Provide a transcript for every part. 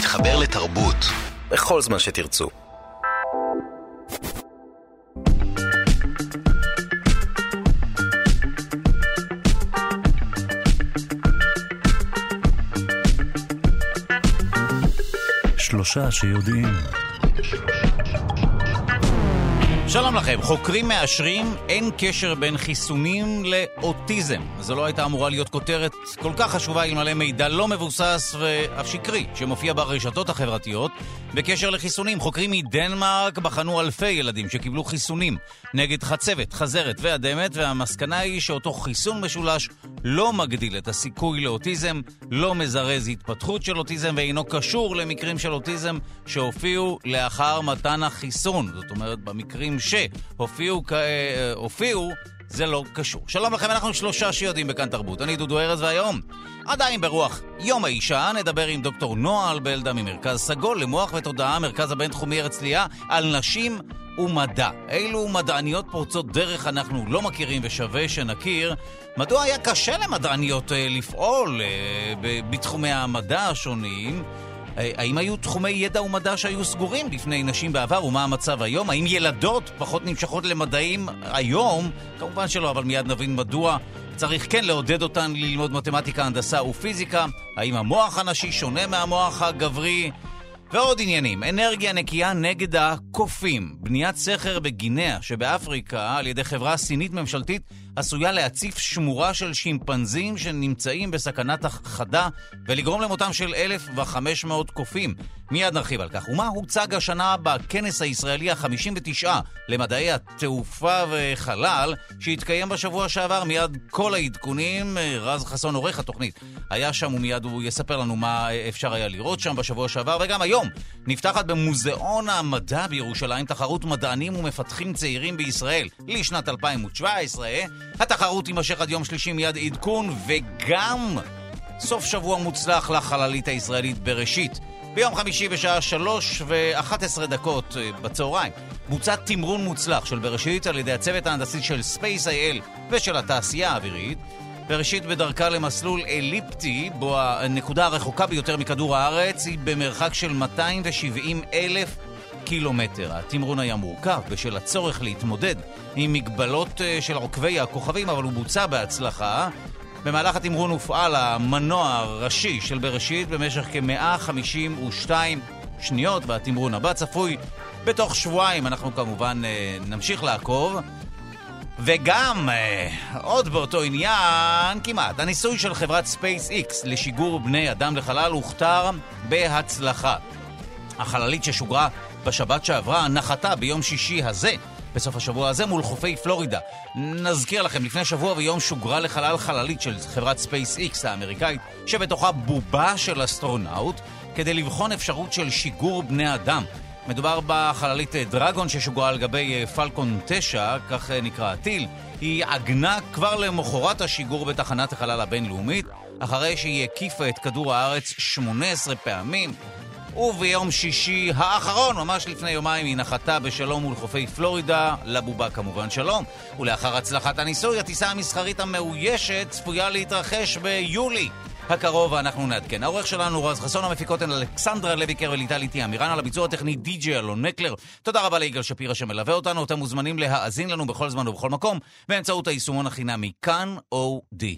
להתחבר לתרבות בכל זמן שתרצו. שלושה שיודעים. שלום לכם, חוקרים מאשרים אין קשר בין חיסונים לאוטיזם. זו לא הייתה אמורה להיות כותרת כל כך חשובה אלמלא מידע לא מבוסס ואף שקרי שמופיע ברשתות החברתיות בקשר לחיסונים. חוקרים מדנמרק בחנו אלפי ילדים שקיבלו חיסונים נגד חצבת, חזרת ואדמת, והמסקנה היא שאותו חיסון משולש לא מגדיל את הסיכוי לאוטיזם, לא מזרז התפתחות של אוטיזם ואינו קשור למקרים של אוטיזם שהופיעו לאחר מתן החיסון. זאת אומרת, במקרים שהופיעו, זה לא קשור. שלום לכם, אנחנו שלושה שיודעים בכאן תרבות. אני דודו ארז, והיום, עדיין ברוח יום האישה, נדבר עם דוקטור נועה אלבלדה ממרכז סגול למוח ותודעה, מרכז הבינתחומי הרצליה, על נשים ומדע. אילו מדעניות פורצות דרך אנחנו לא מכירים ושווה שנכיר. מדוע היה קשה למדעניות לפעול בתחומי המדע השונים? האם היו תחומי ידע ומדע שהיו סגורים בפני נשים בעבר, ומה המצב היום? האם ילדות פחות נמשכות למדעים היום? כמובן שלא, אבל מיד נבין מדוע. צריך כן לעודד אותן ללמוד מתמטיקה, הנדסה ופיזיקה. האם המוח הנשי שונה מהמוח הגברי? ועוד עניינים. אנרגיה נקייה נגד הקופים. בניית סכר בגינאה שבאפריקה על ידי חברה סינית ממשלתית עשויה להציף שמורה של שימפנזים שנמצאים בסכנת החדה ולגרום למותם של 1,500 קופים. מיד נרחיב על כך. ומה הוצג השנה בכנס הישראלי ה-59 למדעי התעופה וחלל שהתקיים בשבוע שעבר? מיד כל העדכונים. רז חסון עורך התוכנית היה שם ומיד הוא יספר לנו מה אפשר היה לראות שם בשבוע שעבר. וגם היום נפתחת במוזיאון המדע בירושלים תחרות מדענים ומפתחים צעירים בישראל לשנת 2017. התחרות תימשך עד יום שלישי, מיד עדכון, וגם סוף שבוע מוצלח לחללית הישראלית בראשית. ביום חמישי בשעה 3:11 בצהריים בוצע תמרון מוצלח של בראשית על ידי הצוות ההנדסי של Space.il ושל התעשייה האווירית. בראשית בדרכה למסלול אליפטי, בו הנקודה הרחוקה ביותר מכדור הארץ היא במרחק של 270,000 קילומטר. התמרון היה מורכב בשל הצורך להתמודד עם מגבלות של עוקבי הכוכבים, אבל הוא בוצע בהצלחה. במהלך התמרון הופעל המנוע הראשי של בראשית במשך כ-152 שניות, והתמרון הבא צפוי בתוך שבועיים. אנחנו כמובן נמשיך לעקוב. וגם, עוד באותו עניין, כמעט, הניסוי של חברת SpaceX לשיגור בני אדם לחלל הוכתר בהצלחה. החללית ששוגרה בשבת שעברה נחתה ביום שישי הזה, בסוף השבוע הזה, מול חופי פלורידה. נזכיר לכם, לפני שבוע ויום שוגרה לחלל חללית של חברת SpaceX האמריקאית, שבתוכה בובה של אסטרונאוט, כדי לבחון אפשרות של שיגור בני אדם. מדובר בחללית דרגון ששוגרה על גבי פלקון 9, כך נקרא הטיל. היא עגנה כבר למחרת השיגור בתחנת החלל הבינלאומית, אחרי שהיא הקיפה את כדור הארץ 18 פעמים. וביום שישי האחרון, ממש לפני יומיים, היא נחתה בשלום מול חופי פלורידה, לבובה כמובן שלום. ולאחר הצלחת הניסוי, הטיסה המסחרית המאוישת צפויה להתרחש ביולי הקרוב, ואנחנו נעדכן. העורך שלנו רז חסון, המפיקות הן אלכסנדרה לויקר וליטל איתי אמירן, על הביצוע הטכני די.ג'יי אלון נקלר. תודה רבה ליגאל שפירא שמלווה אותנו. אתם מוזמנים להאזין לנו בכל זמן ובכל מקום באמצעות היישומון החינמי כאן אודי.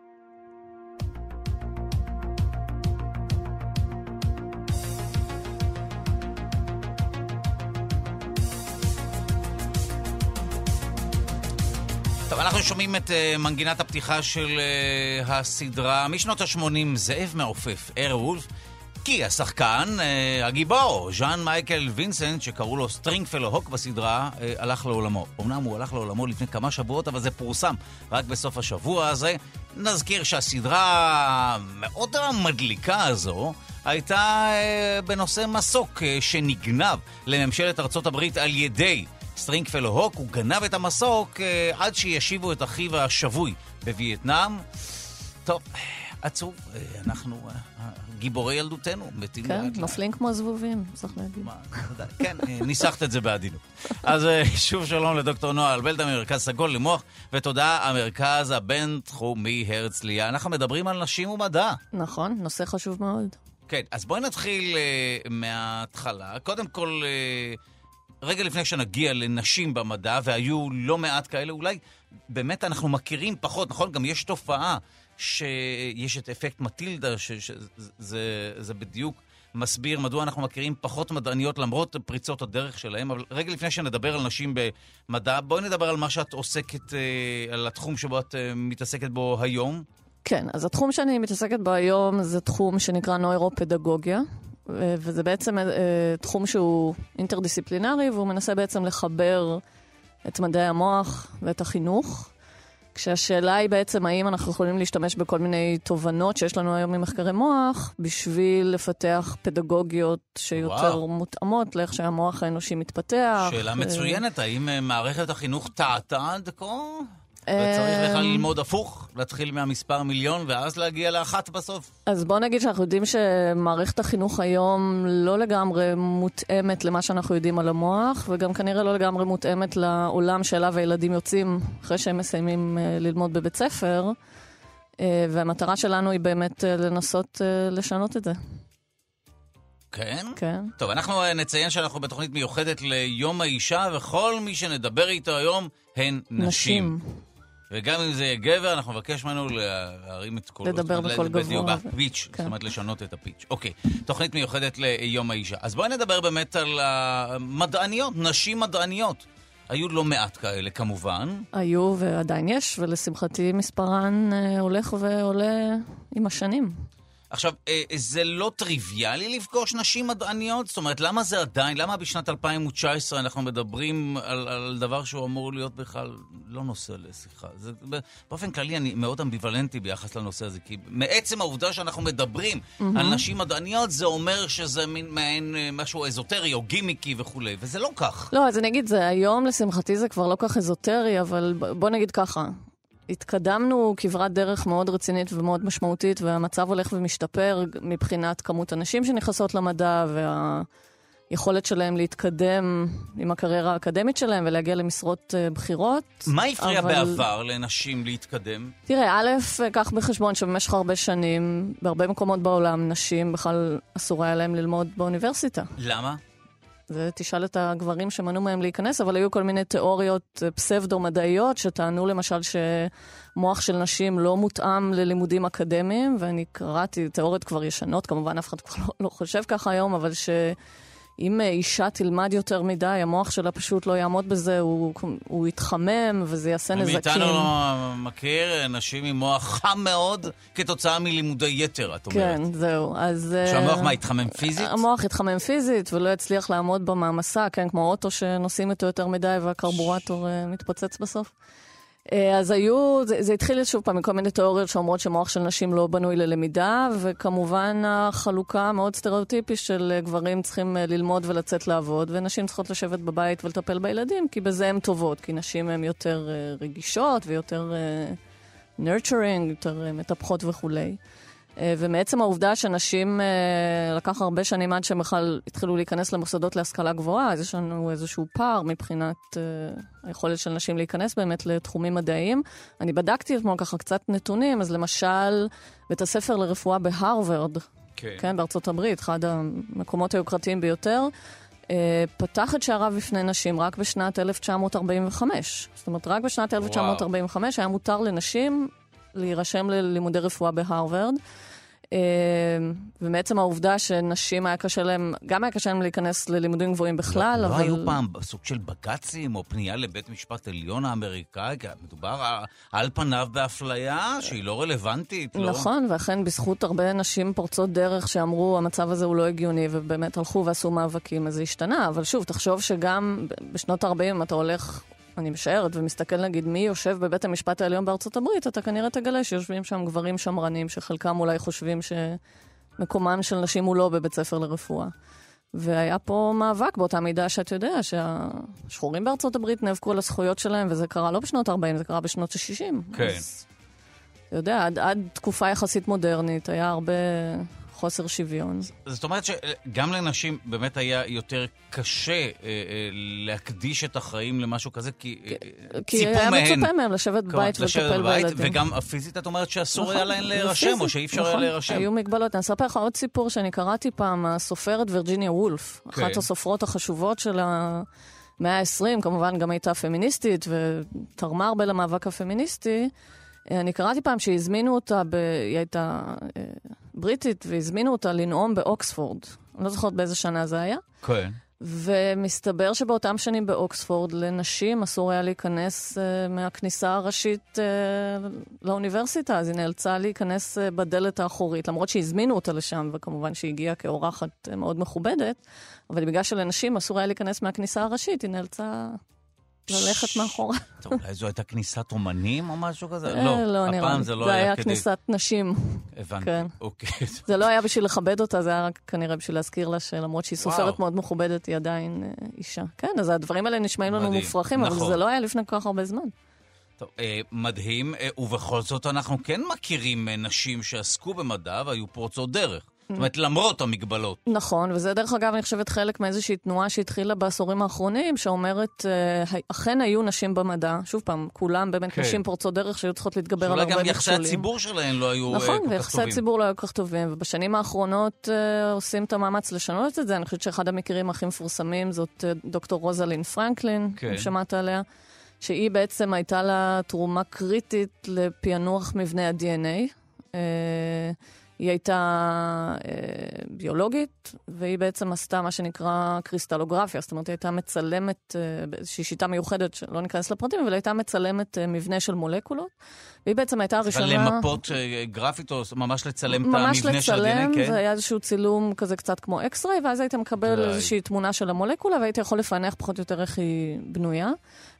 טוב, אנחנו שומעים את מנגינת הפתיחה של הסדרה משנות ה-80, זאב מעופף, איירוולף, כי השחקן, הגיבור, ז'אן מייקל וינסנט, שקראו לו סטרינגפלו הוק בסדרה, הלך לעולמו. אמנם הוא הלך לעולמו לפני כמה שבועות, אבל זה פורסם רק בסוף השבוע הזה. נזכיר שהסדרה מאוד מדליקה הזו הייתה בנושא מסוק שנגנב לממשלת ארצות הברית על ידי סטרינגפלו הוק. הוא גנב את המסוק עד שישיבו את אחיו השבוי בווייטנאם. טוב, עצוב, אנחנו גיבורי ילדותנו מתים. כן, נופלים כמו זבובים, צריך להגיד. כן, ניסחת את זה בעדינות. אז שוב שלום לדוקטור נועה אלבלדה ממרכז סגול למוח ותודה, המרכז הבינתחומי הרצליה. אנחנו מדברים על נשים ומדע. נכון, נושא חשוב מאוד. כן, אז בואי נתחיל מההתחלה. קודם כל, רגע לפני שנגיע לנשים במדע, והיו לא מעט כאלה, אולי באמת אנחנו מכירים פחות, נכון? גם יש תופעה שיש את אפקט מטילדה, שזה בדיוק מסביר מדוע אנחנו מכירים פחות מדעניות למרות פריצות הדרך שלהם. אבל רגע לפני שנדבר על נשים במדע, בואי נדבר על מה שאת עוסקת, על התחום שבו את מתעסקת בו היום. כן, אז התחום שאני מתעסקת בו היום זה תחום שנקרא נוירופדגוגיה, וזה בעצם תחום שהוא אינטרדיסציפלינרי, והוא מנסה בעצם לחבר את מדעי המוח ואת החינוך, כשהשאלה היא בעצם האם אנחנו יכולים להשתמש בכל מיני תובנות שיש לנו היום ממחקרי מוח, בשביל לפתח פדגוגיות שיותר מותאמות לאיך שהמוח האנושי מתפתח. שאלה מצוינת, האם מערכת החינוך טעתה עד כה? וצריך לך ללמוד הפוך, להתחיל מהמספר מיליון ואז להגיע לאחת בסוף? אז בוא נגיד שאנחנו יודעים שמערכת החינוך היום לא לגמרי מותאמת למה שאנחנו יודעים על המוח, וגם כנראה לא לגמרי מותאמת לעולם שאליו הילדים יוצאים אחרי שהם מסיימים ללמוד בבית ספר, והמטרה שלנו היא באמת לנסות לשנות את זה. כן? כן. טוב, אנחנו נציין שאנחנו בתוכנית מיוחדת ליום האישה, וכל מי שנדבר איתו היום הן נשים. וגם אם זה יהיה גבר, אנחנו מבקש ממנו להרים את קולו. לדבר בקול גבוה. בפיץ', זאת אומרת לשנות את הפיץ'. אוקיי, תוכנית מיוחדת ליום האישה. אז בואי נדבר באמת על המדעניות, נשים מדעניות. היו לא מעט כאלה כמובן. היו ועדיין יש, ולשמחתי מספרן הולך ועולה עם השנים. עכשיו, זה לא טריוויאלי לפגוש נשים מדעניות? זאת אומרת, למה זה עדיין? למה בשנת 2019 אנחנו מדברים על דבר שהוא אמור להיות בכלל לא נושא לשיחה? זה, באופן כללי אני מאוד אמביוולנטי ביחס לנושא הזה, כי מעצם העובדה שאנחנו מדברים על נשים מדעניות, זה אומר שזה מעין משהו אזוטרי או גימיקי וכו', וזה לא כך. לא, אז אני אגיד, זה היום לשמחתי זה כבר לא כך אזוטרי, אבל בוא נגיד ככה. התקדמנו כברת דרך מאוד רצינית ומאוד משמעותית, והמצב הולך ומשתפר מבחינת כמות אנשים שנכנסות למדע, והיכולת שלהם להתקדם עם הקריירה האקדמית שלהם ולהגיע למשרות בחירות. מה הפריע בעבר לנשים להתקדם? תראה, א', כך בחשבון שבמשך הרבה שנים, בהרבה מקומות בעולם, נשים בכלל אסור היה להם ללמוד באוניברסיטה. למה? זה תשאל את הגברים שמנעו מהם להיכנס, אבל היו כל מיני תיאוריות פסבדו-מדעיות שטענו למשל שמוח של נשים לא מותאם ללימודים אקדמיים, ואני קראתי תיאוריות כבר ישנות, כמובן אף אחד כבר לא חושב ככה היום, אבל שאם אישה תלמד יותר מדי, המוח שלה פשוט לא יעמוד בזה, הוא יתחמם וזה יעשה נזקים. מאיתנו לא מכיר נשים עם מוח חם מאוד כתוצאה מלימודי יתר, את אומרת. כן, זהו. שהמוח מה, יתחמם פיזית? המוח יתחמם פיזית ולא יצליח לעמוד במעמסה, כן, כמו אוטו שנוסעים איתו יותר מדי והקרבורטור מתפוצץ בסוף. אז זה התחיל שוב פעם מכל מיני תיאוריות שאומרות שמוח של נשים לא בנוי ללמידה, וכמובן החלוקה מאוד סטריאוטיפית של גברים צריכים ללמוד ולצאת לעבוד, ונשים צריכות לשבת בבית ולטפל בילדים, כי בזה הן טובות, כי נשים הן יותר רגישות ויותר nurturing, יותר מטפחות וכולי. ומעצם העובדה שנשים לקח הרבה שנים עד שהם בכלל התחילו להיכנס למוסדות להשכלה גבוהה, אז יש לנו איזשהו פער מבחינת היכולת של נשים להיכנס באמת לתחומים מדעיים. אני בדקתי אתמול ככה קצת נתונים, אז למשל בית הספר לרפואה בהרווארד, כן, בארצות הברית, אחד המקומות היוקרתיים ביותר, פתח את שעריו בפני נשים רק בשנת 1945. זאת אומרת, רק בשנת 1945 היה מותר לנשים להירשם ללימודי רפואה בהרווארד, ומעצם העובדה שנשים היה קשה להם, גם היה קשה להם להיכנס ללימודים גבוהים בכלל, אבל... לא היו פעם סוג של בג"צים או פנייה לבית משפט עליון האמריקאי, כי מדובר על פניו באפליה שהיא לא רלוונטית, לא? נכון, ואכן בזכות הרבה נשים פורצות דרך שאמרו המצב הזה הוא לא הגיוני, ובאמת הלכו ועשו מאבקים, אז זה השתנה, אבל שוב, תחשוב שגם בשנות ה-40 אתה הולך... אני משערת ומסתכל נגיד מי יושב בבית המשפט העליון בארצות הברית, אתה כנראה תגלה שיושבים שם גברים שמרנים שחלקם אולי חושבים שמקומם של נשים הוא לא בבית ספר לרפואה. והיה פה מאבק באותה מידה שאת יודע שהשחורים בארצות הברית נאבקו על הזכויות שלהם, וזה קרה לא בשנות ה-40, זה קרה בשנות ה-60. כן. אז, אתה יודע, עד תקופה יחסית מודרנית היה הרבה חוסר שוויון. זאת אומרת שגם לנשים באמת היה יותר קשה להקדיש את החיים למשהו כזה, כי היה מצופה מהם לשבת בבית ולטפל בילדים. וגם הפיזית את אומרת שאסור היה להן להירשם, או שאי אפשר היה להירשם. היו מגבלות. אני אספר לך עוד סיפור שאני קראתי פעם, הסופרת וירג'יניה וולף, אחת הסופרות החשובות של המאה ה-20, כמובן גם הייתה פמיניסטית, ותרמה הרבה למאבק הפמיניסטי. אני קראתי פעם שהזמינו אותה, היא הייתה בריטית, והזמינו אותה לנאום באוקספורד. אני לא זוכרת באיזה שנה זה היה. כן. ומסתבר שבאותם שנים באוקספורד לנשים אסור היה להיכנס מהכניסה הראשית לאוניברסיטה, אז היא נאלצה להיכנס בדלת האחורית, למרות שהזמינו אותה לשם, וכמובן שהיא הגיעה כאורחת מאוד מכובדת, אבל בגלל שלנשים אסור היה להיכנס מהכניסה הראשית, היא נאלצה ללכת מאחורה. טוב, אולי זו הייתה כניסת אומנים או משהו כזה? לא, הפעם זה לא היה היה כדי... כניסת נשים. הבנתי, אוקיי. זה לא היה בשביל לכבד אותה, זה היה רק כנראה בשביל להזכיר לה שלמרות שהיא סופרת מאוד מכובדת, היא עדיין אישה. כן, אז הדברים האלה נשמעים לנו מופרכים, אבל זה לא היה לפני כל כך הרבה זמן. טוב, מדהים, ובכל זאת אנחנו כן מכירים נשים שעסקו במדע והיו פורצות דרך. זאת אומרת, למרות המגבלות. נכון, וזה דרך אגב, אני חושבת חלק מאיזושהי תנועה שהתחילה בעשורים האחרונים, שאומרת, אכן היו נשים במדע, שוב פעם, כולם באמת נשים פורצות דרך שהיו צריכות להתגבר על הרבה מכשולים. שאולי גם יחסי הציבור שלהן לא היו כל כך טובים. נכון, ויחסי הציבור לא היו כל כך טובים, ובשנים האחרונות עושים את המאמץ לשנות את זה. אני חושבת שאחד המקרים הכי מפורסמים זאת דוקטור רוזלין פרנקלין, שמעת עליה, שהיא בעצם הייתה לה תרומה קריטית לפענוח מבנה ה-DNA. היא הייתה ביולוגית, והיא בעצם עשתה מה שנקרא קריסטלוגרפיה, זאת אומרת, היא הייתה מצלמת, באיזושהי שיטה מיוחדת, שלא ניכנס לפרטים, אבל היא הייתה מצלמת מבנה של מולקולות, והיא בעצם הייתה הראשונה... למפות גרפית, או ממש לצלם את המבנה של ה-DNA, ממש לצלם, זה היה איזשהו צילום כזה קצת כמו אקס-ריי, ואז היית מקבל איזושהי תמונה של המולקולה, והיית יכול לפענח פחות או יותר איך היא בנויה.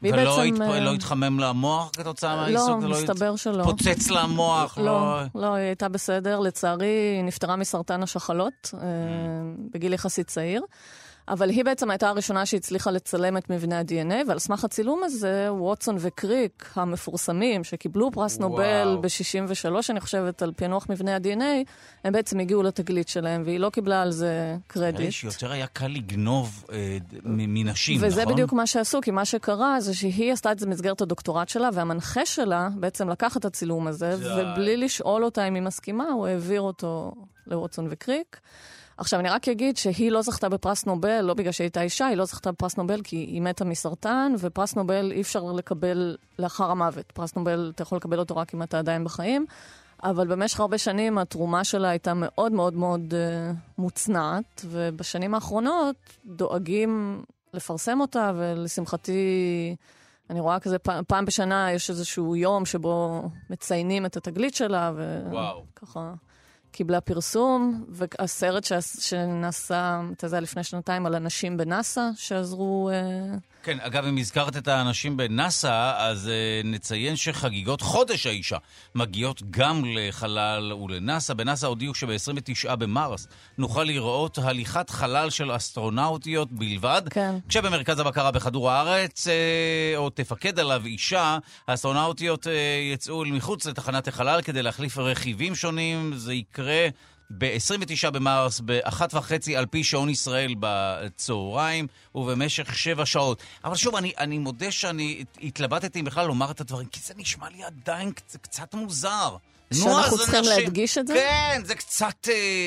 ולא התחמם לה המוח כתוצאה מהעיסוק? לא, מסתבר שלא. פוצץ לה המוח? לא, היא הייתה בסדר. לצערי, היא נפטרה מסרטן השחלות, בגיל יחסית צעיר. אבל היא בעצם הייתה הראשונה שהצליחה לצלם את מבנה ה-DNA, ועל סמך הצילום הזה, ווטסון וקריק, המפורסמים, שקיבלו פרס נובל ב-63, אני חושבת, על פענוח מבנה ה-DNA, הם בעצם הגיעו לתגלית שלהם, והיא לא קיבלה על זה קרדיט. שיותר היה קל לגנוב מנשים, נכון? וזה בדיוק מה שעשו, כי מה שקרה זה שהיא עשתה את זה במסגרת הדוקטורט שלה, והמנחה שלה בעצם לקח את הצילום הזה, ובלי לשאול אותה אם היא מסכימה, הוא העביר אותו לווטסון וקריק. עכשיו, אני רק אגיד שהיא לא זכתה בפרס נובל, לא בגלל שהיא הייתה אישה, היא לא זכתה בפרס נובל כי היא מתה מסרטן, ופרס נובל אי אפשר לקבל לאחר המוות. פרס נובל, אתה יכול לקבל אותו רק אם אתה עדיין בחיים, אבל במשך הרבה שנים התרומה שלה הייתה מאוד מאוד מאוד מוצנעת, ובשנים האחרונות דואגים לפרסם אותה, ולשמחתי, אני רואה כזה פעם בשנה יש איזשהו יום שבו מציינים את התגלית שלה, וככה... קיבלה פרסום, והסרט שנעשה, זה היה לפני שנתיים, על אנשים בנאסא, שעזרו... כן, אגב, אם הזכרת את האנשים בנאסא, אז נציין שחגיגות חודש האישה מגיעות גם לחלל ולנאסא. בנאסא הודיעו שב-29 במרס נוכל לראות הליכת חלל של אסטרונאוטיות בלבד. כן. כשבמרכז הבקרה בכדור הארץ, או תפקד עליו אישה, האסטרונאוטיות יצאו מחוץ לתחנת החלל כדי להחליף רכיבים שונים. זה יקרה ב-29 במרס, ב-1:30 על פי שעון ישראל בצהריים, ובמשך 7 שעות. אבל שוב, אני מודה שאני התלבטתי בכלל לומר את הדברים, כי זה נשמע לי עדיין קצת מוזר. שאנחנו צריכים להדגיש את זה? כן, זה קצת...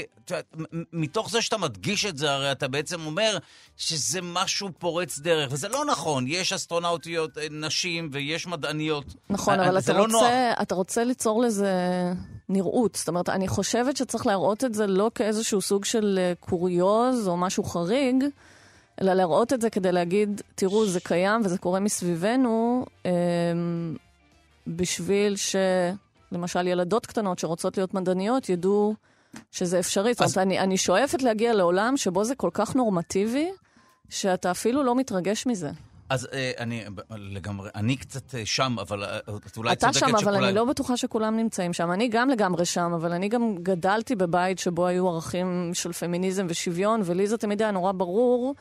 מתוך זה שאתה מדגיש את זה, הרי אתה בעצם אומר שזה משהו פורץ דרך, וזה לא נכון. יש אסטרונאוטיות, נשים, ויש מדעניות. נכון, אבל אתה רוצה ליצור לזה נראות. זאת אומרת, אני חושבת שצריך להראות את זה לא כאיזשהו סוג של קוריוז או משהו חריג, אלא להראות את זה כדי להגיד, תראו, זה קיים וזה קורה מסביבנו, בשביל למשל ילדות קטנות שרוצות להיות מדעניות ידעו שזה אפשרי. זאת אומרת, אני שואפת להגיע לעולם שבו זה כל כך נורמטיבי, שאתה אפילו לא מתרגש מזה. אז אני קצת שם, אבל אולי אתה שם, אבל אני לא בטוחה שכולם נמצאים שם. אני גם לגמרי שם, אבל אני גם גדלתי בבית שבו היו ערכים של פמיניזם ושוויון, ולי זה תמיד היה נורא ברור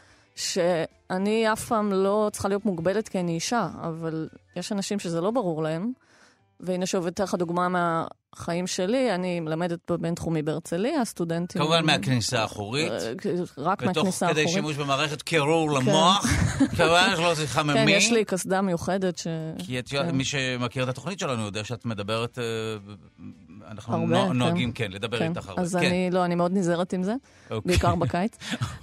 שאני אף פעם לא צריכה להיות מוגבלת כי אני אישה, אבל יש אנשים שזה לא ברור להם, והנה שוב, אתן לך דוגמה מהחיים שלי, אני מלמדת בבינתחומי בהרצליה, סטודנטים... כמובן מהכניסה האחורית. רק מהכניסה האחורית. כדי שימוש במערכת קירור למוח. כמובן שלא זה חממי. כן, יש לי קסדה מיוחדת כי מי שמכיר את התוכנית שלנו יודע שאת מדברת... אנחנו נוהגים, כן, לדבר איתך הרבה. אז אני מאוד נזהרת עם זה, בעיקר בקיץ.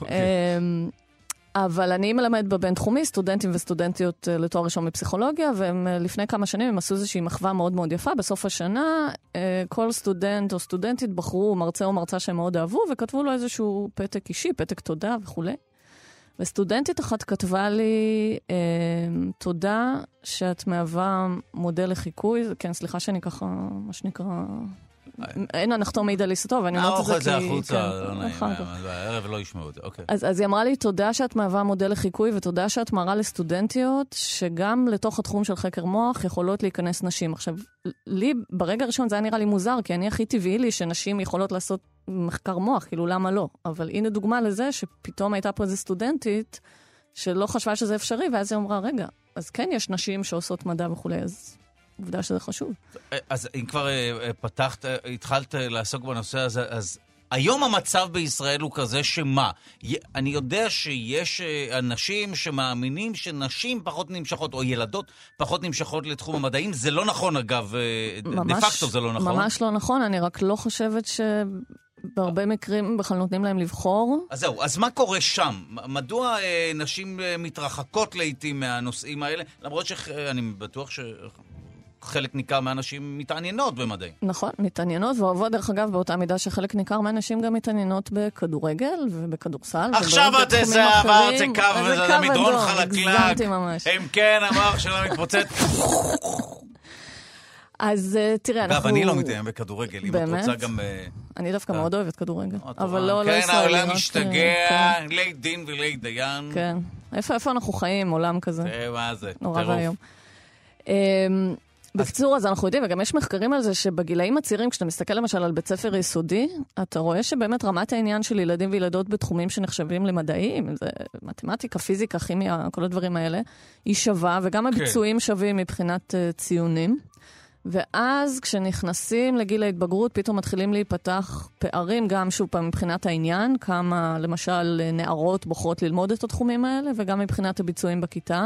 אבל אני מלמד בבינתחומי סטודנטים וסטודנטיות לתואר ראשון בפסיכולוגיה, והם לפני כמה שנים הם עשו איזושהי מחווה מאוד מאוד יפה. בסוף השנה כל סטודנט או סטודנטית בחרו מרצה או מרצה שהם מאוד אהבו, וכתבו לו איזשהו פתק אישי, פתק תודה וכו'. וסטודנטית אחת כתבה לי, תודה שאת מהווה מודל לחיקוי. כן, סליחה שאני ככה, מה שנקרא... אין הנחתום מעיד על עיסתו, ואני אומרת את זה כי... את זה החוצה, לא נעים, הערב לא ישמעו את זה, אוקיי. אז היא אמרה לי, תודה שאת מהווה מודל לחיקוי, ותודה שאת מראה לסטודנטיות, שגם לתוך התחום של חקר מוח יכולות להיכנס נשים. עכשיו, לי, ברגע הראשון זה היה נראה לי מוזר, כי אני הכי טבעי לי שנשים יכולות לעשות מחקר מוח, כאילו למה לא? אבל הנה דוגמה לזה שפתאום הייתה פה איזו סטודנטית, שלא חשבה שזה אפשרי, ואז היא אמרה, רגע, אז כן יש נשים שעושות מדע וכו', אז... עובדה שזה חשוב. אז אם כבר התחלת לעסוק בנושא הזה, אז היום המצב בישראל הוא כזה שמה? אני יודע שיש אנשים שמאמינים שנשים פחות נמשכות, או ילדות פחות נמשכות לתחום המדעים. זה לא נכון, אגב, דה פקטו זה לא נכון. ממש לא נכון, אני רק לא חושבת בהרבה מקרים בכלל נותנים להם לבחור. אז זהו, אז מה קורה שם? מדוע נשים מתרחקות לעתים מהנושאים האלה? למרות שאני בטוח חלק ניכר מהאנשים מתעניינות במדעים. נכון, מתעניינות, ואוהבות דרך אגב באותה מידה שחלק ניכר מהאנשים גם מתעניינות בכדורגל ובכדורסל. עכשיו את איזה עבר, זה קו, זה מדרון חלקלק. אם כן, המוח שלו מתפוצץ. אז תראה, אנחנו... אגב, אני לא מתעניין בכדורגל, אם את רוצה גם... אני דווקא מאוד אוהבת כדורגל, אבל לא ישראלי. כן, העולם משתגע, לי דין ולי דיין. כן, איפה אנחנו חיים, עולם כזה? מה זה? נורא והיום. בקצור, אז אנחנו יודעים, וגם יש מחקרים על זה שבגילאים הצעירים, כשאתה מסתכל למשל על בית ספר יסודי, אתה רואה שבאמת רמת העניין של ילדים וילדות בתחומים שנחשבים למדעיים, זה מתמטיקה, פיזיקה, כימיה, כל הדברים האלה, היא שווה, וגם הביצועים שווים מבחינת ציונים. ואז כשנכנסים לגיל ההתבגרות, פתאום מתחילים להיפתח פערים, גם שוב פעם מבחינת העניין, כמה למשל נערות בוחרות ללמוד את התחומים האלה, וגם מבחינת הביצועים בכיתה.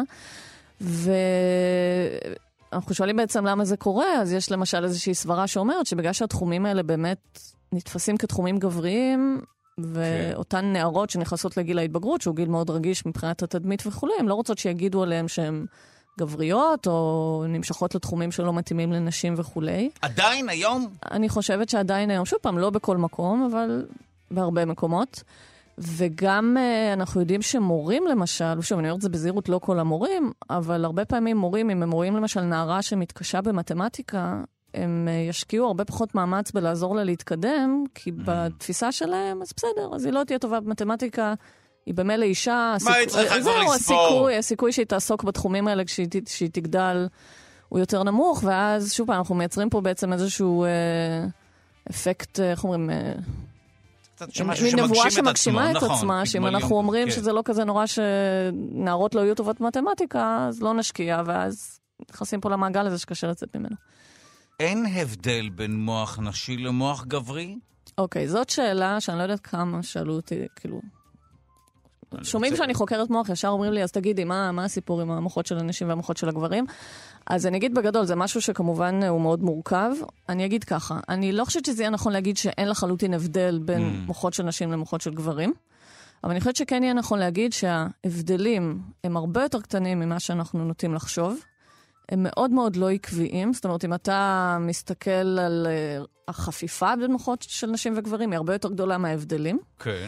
אנחנו שואלים בעצם למה זה קורה, אז יש למשל איזושהי סברה שאומרת שבגלל שהתחומים האלה באמת נתפסים כתחומים גבריים, ואותן נערות שנכנסות לגיל ההתבגרות, שהוא גיל מאוד רגיש מבחינת התדמית וכו', הן לא רוצות שיגידו עליהם שהן גבריות, או נמשכות לתחומים שלא מתאימים לנשים וכו'. עדיין היום? אני חושבת שעדיין היום, שוב פעם, לא בכל מקום, אבל בהרבה מקומות. וגם אנחנו יודעים שמורים למשל, ושוב, אני אומרת את זה בזהירות, לא כל המורים, אבל הרבה פעמים מורים, אם הם רואים למשל נערה שמתקשה במתמטיקה, הם ישקיעו הרבה פחות מאמץ בלעזור לה להתקדם, כי בתפיסה שלהם, אז בסדר, אז היא לא תהיה טובה במתמטיקה, היא במילא אישה, מה היא צריכה כבר לספור? הסיכוי שהיא תעסוק בתחומים האלה כשהיא תגדל הוא יותר נמוך, ואז שוב פעם, אנחנו מייצרים פה בעצם איזשהו אפקט, איך אומרים, מנבואה שמגשימה את עצמה, שאם אנחנו אומרים שזה לא כזה נורא שנערות לא יהיו טובות במתמטיקה, אז לא נשקיע, ואז נכנסים פה למעגל הזה שקשה לצאת ממנו. אין הבדל בין מוח נשי למוח גברי? אוקיי, זאת שאלה שאני לא יודעת כמה שאלו אותי, כאילו... שומעים שאני חוקרת מוח, ישר אומרים לי, אז תגידי, מה הסיפור עם המוחות של הנשים והמוחות של הגברים? אז אני אגיד בגדול, זה משהו שכמובן הוא מאוד מורכב. אני אגיד ככה, אני לא חושבת שזה יהיה נכון להגיד שאין לחלוטין הבדל בין מוחות של נשים למוחות של גברים, אבל אני חושבת שכן יהיה נכון להגיד שההבדלים הם הרבה יותר קטנים ממה שאנחנו נוטים לחשוב. הם מאוד מאוד לא עקביים, זאת אומרת, אם אתה מסתכל על החפיפה בין מוחות של נשים וגברים, היא הרבה יותר גדולה מההבדלים. כן.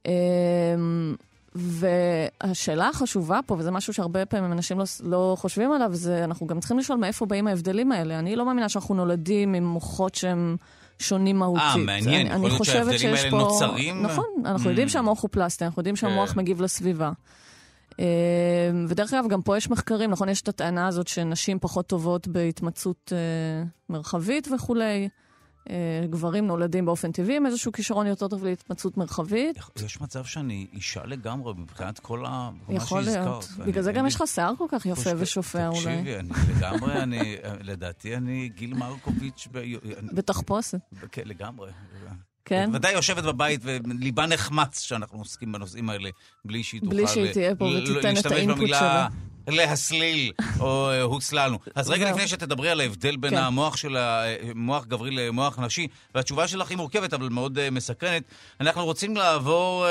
והשאלה החשובה פה, וזה משהו שהרבה פעמים אנשים לא חושבים עליו, זה אנחנו גם צריכים לשאול מאיפה באים ההבדלים האלה. אני לא מאמינה שאנחנו נולדים עם מוחות שהם שונים מהותית. מעניין, יכול להיות שההבדלים האלה נוצרים? נכון, אנחנו יודעים שהמוח הוא פלסטי, אנחנו יודעים שהמוח מגיב לסביבה. ודרך אגב, גם פה יש מחקרים, נכון, יש את הטענה הזאת שנשים פחות טובות בהתמצאות מרחבית וכולי. גברים נולדים באופן טבעי עם איזשהו כישרון יותר טוב להתמצאות מרחבית. יש מצב שאני אישה לגמרי מבחינת כל מה יכול להיות. בגלל זה גם יש לך שיער כל כך יפה ושופע אולי. תקשיבי, אני לגמרי, לדעתי אני גיל מרקוביץ' בתחפושת. כן, לגמרי. כן? ודאי יושבת בבית וליבה נחמץ שאנחנו עוסקים בנושאים האלה בלי שהיא תוכל... בלי שהיא תהיה פה ותיתן את האינפוט שלה. להסליל או הוצללנו. אז רגע לפני שתדברי על ההבדל בין המוח של המוח גברי למוח נשי, והתשובה שלך היא מורכבת אבל מאוד מסקרנת, אנחנו רוצים לעבור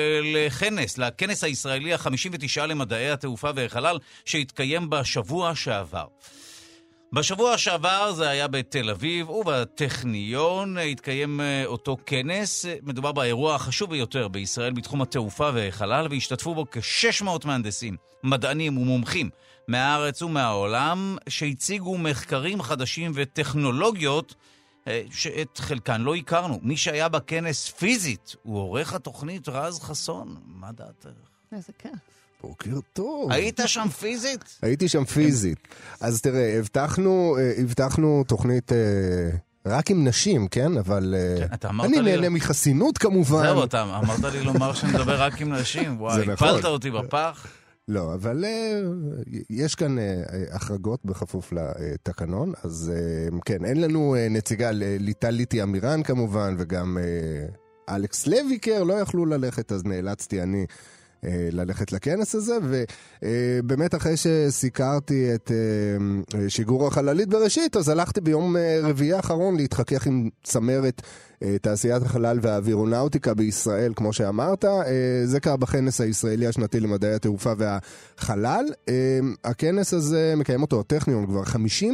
לכנס הישראלי ה-59 למדעי התעופה והחלל שהתקיים בשבוע שעבר. בשבוע שעבר זה היה בתל אביב ובטכניון התקיים אותו כנס. מדובר באירוע החשוב ביותר בישראל בתחום התעופה והחלל, והשתתפו בו כ-600 מהנדסים, מדענים ומומחים מהארץ ומהעולם, שהציגו מחקרים חדשים וטכנולוגיות שאת חלקן לא הכרנו. מי שהיה בכנס פיזית הוא עורך התוכנית רז חסון. מה דעתך? איזה כיף. בוקר טוב. היית שם פיזית? הייתי שם פיזית. אז תראה, הבטחנו תוכנית רק עם נשים, כן? אבל אני נהנה מחסינות כמובן. זהו, אתה אמרת לי לומר שנדבר רק עם נשים. וואי, הפלת אותי בפח. לא, אבל יש כאן החרגות בכפוף לתקנון, אז כן, אין לנו נציגה ליטליטי אמירן כמובן, וגם אלכס לויקר לא יכלו ללכת, אז נאלצתי אני ללכת לכנס הזה, ובאמת אחרי שסיקרתי את שיגור החללית בראשית, אז הלכתי ביום רביעי האחרון להתחכך עם צמרת תעשיית החלל והאווירונאוטיקה בישראל, כמו שאמרת. זה קרה בכנס הישראלי השנתי למדעי התעופה והחלל. הכנס הזה מקיים אותו הטכניון כבר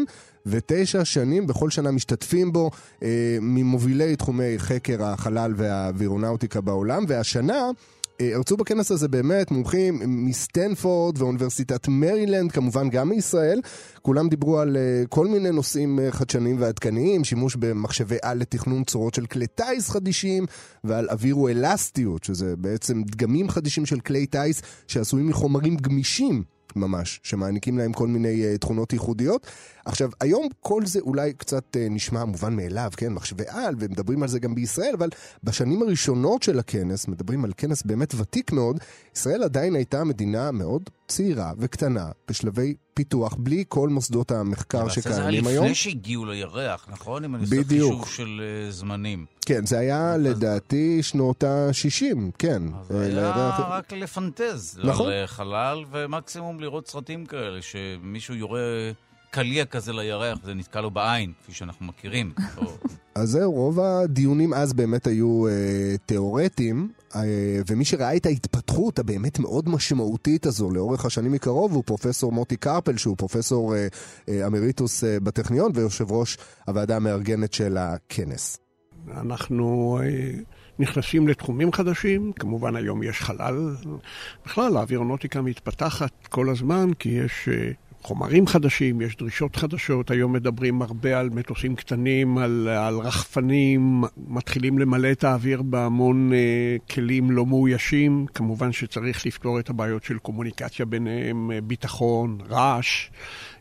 59 שנים, בכל שנה משתתפים בו ממובילי תחומי חקר החלל והאווירונאוטיקה בעולם, והשנה הרצו בכנס הזה באמת מומחים מסטנפורד ואוניברסיטת מרילנד, כמובן גם מישראל. כולם דיברו על כל מיני נושאים חדשניים ועדכניים, שימוש במחשבי על לתכנון צורות של כלי טייס חדישים, ועל אווירו-אלסטיות, שזה בעצם דגמים חדישים של כלי טייס שעשויים מחומרים גמישים ממש, שמעניקים להם כל מיני תכונות ייחודיות. עכשיו, היום כל זה אולי קצת נשמע מובן מאליו, כן, מחשבי על, ומדברים על זה גם בישראל, אבל בשנים הראשונות של הכנס, מדברים על כנס באמת ותיק מאוד, ישראל עדיין הייתה מדינה מאוד צעירה וקטנה, בשלבי פיתוח, בלי כל מוסדות המחקר שקיימים היום. זה היה לפני שהגיעו לירח, נכון? אם אני עושה חישוב של זמנים. כן, זה לדעתי שנות ה-60, כן. אז היה רק לפנטז, נכון? על חלל, ומקסימום לראות סרטים כאלה, שמישהו יורה קליה כזה לירח, זה נתקע לו בעין, כפי שאנחנו מכירים. אז זהו, רוב הדיונים אז באמת היו תיאורטיים, ומי שראה את ההתפתחות הבאמת מאוד משמעותית הזו לאורך השנים מקרוב, הוא פרופסור מוטי קרפל, שהוא פרופסור אמריטוס בטכניון, ויושב ראש הוועדה המארגנת של הכנס. אנחנו נכנסים לתחומים חדשים, כמובן היום יש חלל. בכלל, האווירונאוטיקה מתפתחת כל הזמן, כי יש חומרים חדשים, יש דרישות חדשות. היום מדברים הרבה על מטוסים קטנים, על רחפנים, מתחילים למלא את האוויר בהמון כלים לא מאוישים. כמובן שצריך לפתור את הבעיות של קומוניקציה ביניהם, ביטחון, רעש,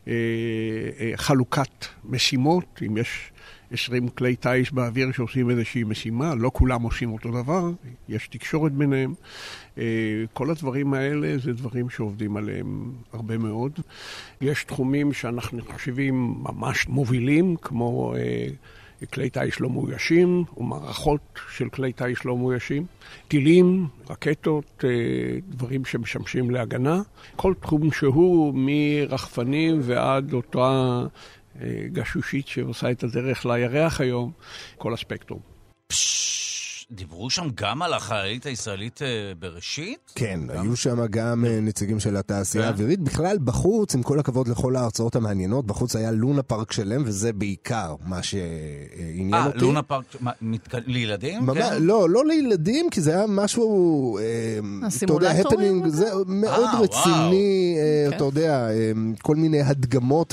חלוקת משימות. אם יש 20 כלי טייס באוויר שעושים איזושהי משימה, לא כולם עושים אותו דבר, יש תקשורת ביניהם. כל הדברים האלה זה דברים שעובדים עליהם הרבה מאוד. יש תחומים שאנחנו חושבים ממש מובילים, כמו כלי טייס לא מאוישים, ומערכות של כלי טייס לא מאוישים, טילים, רקטות, דברים שמשמשים להגנה. כל תחום שהוא מרחפנים ועד אותה גשושית שעושה את הדרך לירח היום, כל הספקטרום. דיברו שם גם על החללית הישראלית בראשית? כן, היו שם גם נציגים של התעשייה האווירית. בכלל בחוץ, עם כל הכבוד לכל ההרצאות המעניינות, בחוץ היה לונה פארק שלם, וזה בעיקר מה שעניין אותי. לונה פארק לילדים? לא לילדים, כי זה היה משהו, אתה יודע, הפנינג, זה מאוד רציני, אתה יודע, כל מיני הדגמות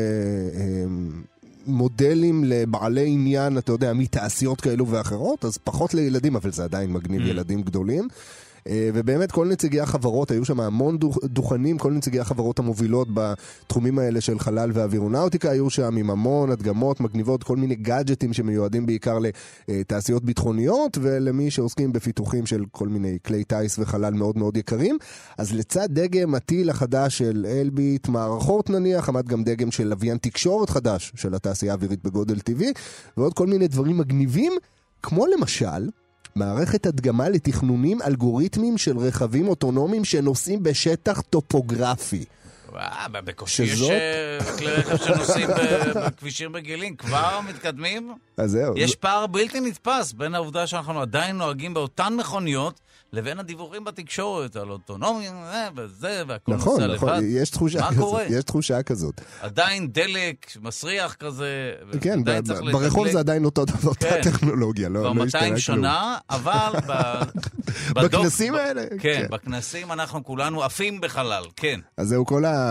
מודלים לבעלי עניין, אתה יודע, מתעשיות כאלו ואחרות, אז פחות לילדים, אבל זה עדיין מגניב ילדים גדולים. ובאמת כל נציגי החברות, היו שם המון דוכנים, כל נציגי החברות המובילות בתחומים האלה של חלל ואווירונאוטיקה, היו שם עם המון הדגמות מגניבות, כל מיני גאדג'טים שמיועדים בעיקר לתעשיות ביטחוניות, ולמי שעוסקים בפיתוחים של כל מיני כלי טייס וחלל מאוד מאוד יקרים. אז לצד דגם הטיל החדש של אלביט מערכות נניח, עמד גם דגם של לוויין תקשורת חדש של התעשייה האווירית בגודל טבעי, ועוד כל מיני דברים מגניבים, כמו למשל מערכת הדגמה לתכנונים אלגוריתמיים של רכבים אוטונומיים שנוסעים בשטח טופוגרפי. בקושי יש כלי רכב שנוסעים בכבישים רגילים, כבר מתקדמים. אז זהו. יש פער בלתי נתפס בין העובדה שאנחנו עדיין נוהגים באותן מכוניות, לבין הדיווחים בתקשורת על אוטונומיה וזה, והכל נוסע לבד. נכון, יש תחושה כזאת. עדיין דלק, מסריח כזה. כן, ברחוב זה עדיין אותה טכנולוגיה. כבר 200 שנה, אבל בכנסים האלה. כן, בכנסים אנחנו כולנו עפים בחלל, כן. אז זהו,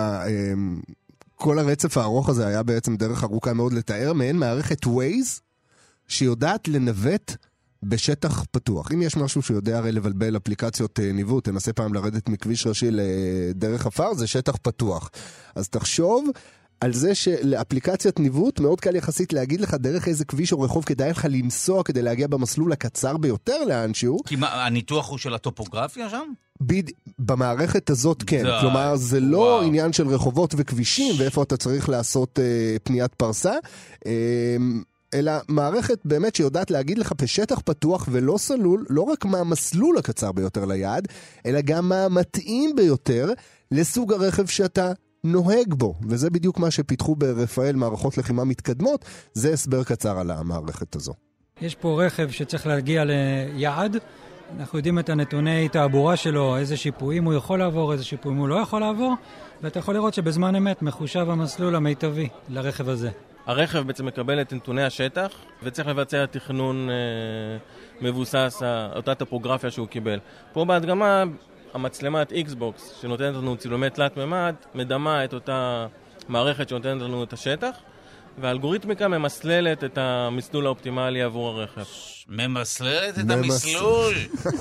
כל הרצף הארוך הזה היה בעצם דרך ארוכה מאוד לתאר, מעין מערכת Waze, שיודעת לנווט בשטח פתוח. אם יש משהו שיודע הרי לבלבל אפליקציות ניווט, תנסה פעם לרדת מכביש ראשי לדרך אפר, זה שטח פתוח. אז תחשוב על זה שלאפליקציית ניווט מאוד קל יחסית להגיד לך דרך איזה כביש או רחוב כדאי לך לנסוע כדי להגיע במסלול הקצר ביותר לאנשהו. כי הניתוח הוא של הטופוגרפיה שם? במערכת הזאת כן, כלומר זה לא עניין של רחובות וכבישים ואיפה אתה צריך לעשות פניית פרסה, אלא מערכת באמת שיודעת להגיד לך בשטח פתוח ולא סלול, לא רק מה המסלול הקצר ביותר ליעד, אלא גם מה המתאים ביותר לסוג הרכב שאתה נוהג בו, וזה בדיוק מה שפיתחו ברפאל מערכות לחימה מתקדמות, זה הסבר קצר על המערכת הזו. יש פה רכב שצריך להגיע ליעד, אנחנו יודעים את הנתוני תעבורה שלו, איזה שיפועים הוא יכול לעבור, איזה שיפועים הוא לא יכול לעבור, ואתה יכול לראות שבזמן אמת מחושב המסלול המיטבי לרכב הזה. הרכב בעצם מקבל את נתוני השטח, וצריך לבצע תכנון מבוסס אותה טופוגרפיה שהוא קיבל. פה בהדגמה, המצלמת Xbox שנותנת לנו צילומי תלת ממד, מדמה את אותה מערכת שנותנת לנו את השטח, והאלגוריתמיקה ממסללת את המסלול האופטימלי עבור הרכב. ממסללת את המסלול?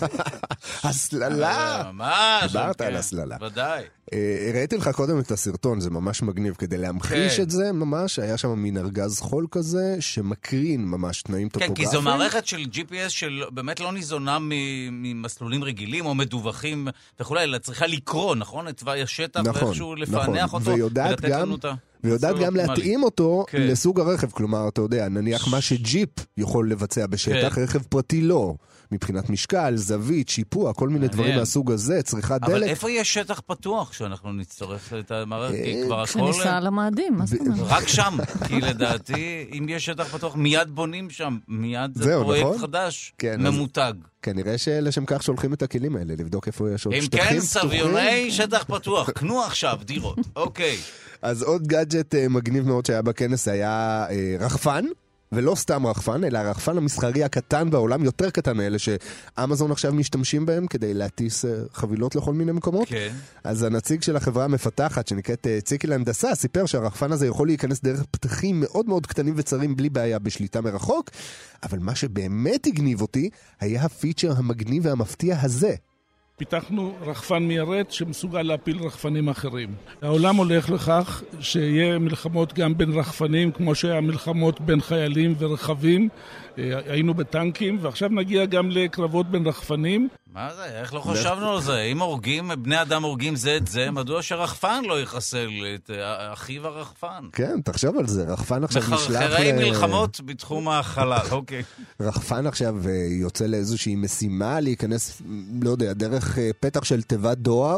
הסללה! ממש. דיברת על הסללה. ודאי. ראיתי לך קודם את הסרטון, זה ממש מגניב. כדי להמחיש את זה ממש, היה שם מין ארגז חול כזה, שמקרין ממש תנאים טופוגרפיים. כן, כי זו מערכת של GPS שבאמת לא ניזונה ממסלולים רגילים או מדווחים וכו', אלא צריכה לקרוא, נכון? את תוואי השטח ואיכשהו לפענח אותו ולתת לנו את ויודעת גם להתאים אותו לסוג הרכב, כלומר, אתה יודע, נניח מה שג'יפ יכול לבצע בשטח, רכב פרטי לא, מבחינת משקל, זווית, שיפוע, כל מיני דברים מהסוג הזה, צריכת דלק. אבל איפה יש שטח פתוח שאנחנו נצטרך את המערכת? כשניסע על המאדים, מה זאת אומרת? רק שם, כי לדעתי, אם יש שטח פתוח, מיד בונים שם, מיד זה פרויקט חדש, ממותג. כנראה שלשם כך שולחים את הכלים האלה, לבדוק איפה יש עוד שטחים פתוחים. אם כן, סביוני שטח פתוח, קנו עכשיו דירות, אוקיי. אז עוד גאדג'ט מגניב מאוד שהיה בכנס היה רחפן, ולא סתם רחפן, אלא הרחפן המסחרי הקטן בעולם, יותר קטן מאלה שאמזון עכשיו משתמשים בהם כדי להטיס חבילות לכל מיני מקומות. כן. אז הנציג של החברה המפתחת, שנקראת ציקי הנדסה, סיפר שהרחפן הזה יכול להיכנס דרך פתחים מאוד מאוד קטנים וצרים בלי בעיה בשליטה מרחוק, אבל מה שבאמת הגניב אותי היה הפיצ'ר המגניב והמפתיע הזה. פיתחנו רחפן מיירט שמסוגל להפיל רחפנים אחרים. העולם הולך לכך שיהיה מלחמות גם בין רחפנים, כמו שהיה מלחמות בין חיילים ורכבים. היינו בטנקים, ועכשיו נגיע גם לקרבות בין רחפנים. מה זה? איך לא חשבנו על זה? אם הורגים, בני אדם הורגים זה את זה, מדוע שרחפן לא יחסל את אחיו הרחפן? כן, תחשוב על זה. רחפן עכשיו נשלח מחרחרי מלחמות בתחום החלל, אוקיי. רחפן עכשיו יוצא לאיזושהי משימה להיכנס, לא יודע, דרך פתח של תיבת דואר,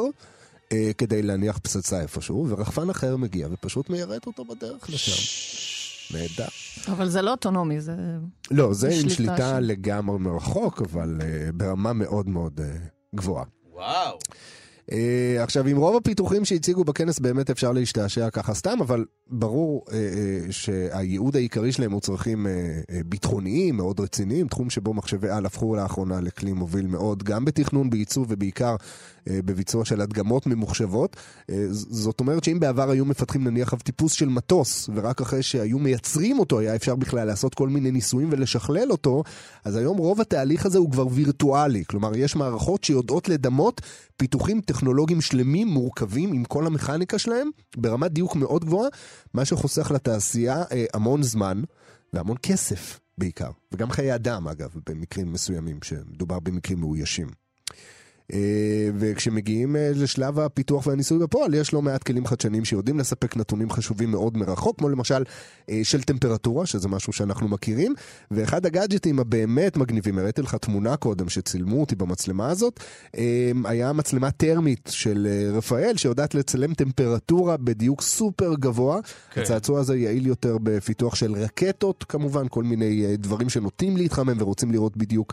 כדי להניח פצצה איפשהו, ורחפן אחר מגיע ופשוט מיירט אותו בדרך לשם. נהדר. אבל זה לא אוטונומי, זה... לא, זה עם שליטה לגמרי מרחוק, אבל ברמה מאוד מאוד גבוהה. וואו. עכשיו, עם רוב הפיתוחים שהציגו בכנס באמת אפשר להשתעשע ככה סתם, אבל ברור שהייעוד העיקרי שלהם הוא צרכים ביטחוניים, מאוד רציניים, תחום שבו מחשבי על הפכו לאחרונה לכלי מוביל מאוד, גם בתכנון, בעיצוב ובעיקר בביצוע של הדגמות ממוחשבות. זאת אומרת שאם בעבר היו מפתחים נניח טיפוס של מטוס, ורק אחרי שהיו מייצרים אותו, היה אפשר בכלל לעשות כל מיני ניסויים ולשכלל אותו, אז היום רוב התהליך הזה הוא כבר וירטואלי. כלומר, יש מערכות שיודעות לדמות פיתוחים טכנולוגיים שלמים, מורכבים, עם כל המכניקה שלהם, ברמת דיוק מאוד גבוהה, מה שחוסך לתעשייה המון זמן, והמון כסף בעיקר. וגם חיי אדם, אגב, במקרים מסוימים, שמדובר במקרים מאוישים. וכשמגיעים לשלב הפיתוח והניסוי בפועל, יש לא מעט כלים חדשניים שיודעים לספק נתונים חשובים מאוד מרחוק, כמו למשל של טמפרטורה, שזה משהו שאנחנו מכירים, ואחד הגאדג'טים הבאמת מגניבים, הראיתי לך תמונה קודם שצילמו אותי במצלמה הזאת, היה מצלמה טרמית של רפאל, שיודעת לצלם טמפרטורה בדיוק סופר גבוה. הצעצוע הזה יעיל יותר בפיתוח של רקטות, כמובן, כל מיני דברים שנוטים להתחמם ורוצים לראות בדיוק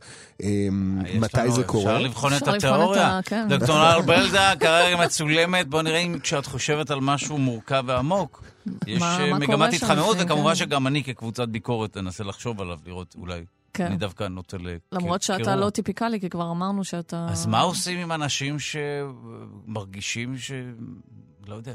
מתי זה קורה. אפשר לבחון את התיאוריה. דוקטור נועל בלדה כרגע מצולמת, בוא נראה אם כשאת חושבת על משהו מורכב ועמוק, יש מגמת התחממות, וכמובן שגם אני כקבוצת ביקורת אנסה לחשוב עליו, לראות אולי אני דווקא נוטה למרות שאתה לא טיפיקלי, כי כבר אמרנו שאתה... אז מה עושים עם אנשים שמרגישים לא יודע.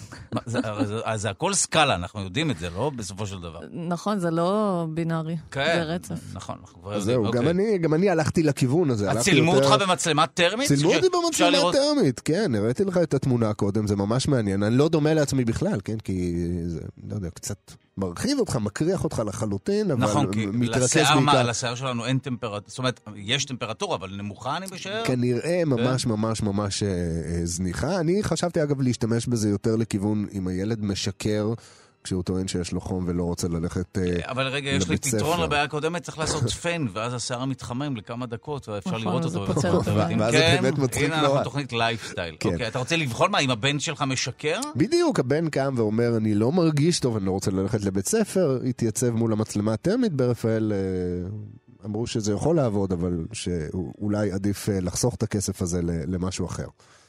אז זה הכל סקאלה, אנחנו יודעים את זה, לא בסופו של דבר. נכון, זה לא בינארי, זה רצף. נכון. זהו, גם אני הלכתי לכיוון הזה. צילמו אותך במצלמה טרמית? צילמו אותי במצלמה טרמית, כן, הראיתי לך את התמונה קודם, זה ממש מעניין. אני לא דומה לעצמי בכלל, כן, כי זה, לא יודע, קצת מרחיב אותך, מקריח אותך לחלוטין, אבל מתרכז בעיקר. לשיער שלנו אין טמפרטורה, זאת אומרת, יש טמפרטורה, אבל נמוכה אני בשער? כנראה ממש ממש ממש זניחה. אני חשבתי אגב להשתמש בזה יותר לכיוון אם הילד משקר כשהוא טוען שיש לו חום ולא רוצה ללכת לבית ספר. אבל רגע, יש לי פתרון לבעיה הקודמת, צריך לעשות פן, ואז השיער מתחמם לכמה דקות, ואפשר לראות אותו. ואז זה באמת מצחיק נורא. הנה, אנחנו תוכנית לייפסטייל. אוקיי, אתה רוצה לבחון מה, אם הבן שלך משקר? בדיוק, הבן קם ואומר, אני לא מרגיש טוב, אני לא רוצה ללכת לבית ספר, התייצב מול המצלמה הטרמית ברפאל, אמרו שזה יכול לעבוד, אבל שאולי עדיף לחסוך את הכסף הזה למשהו אחר.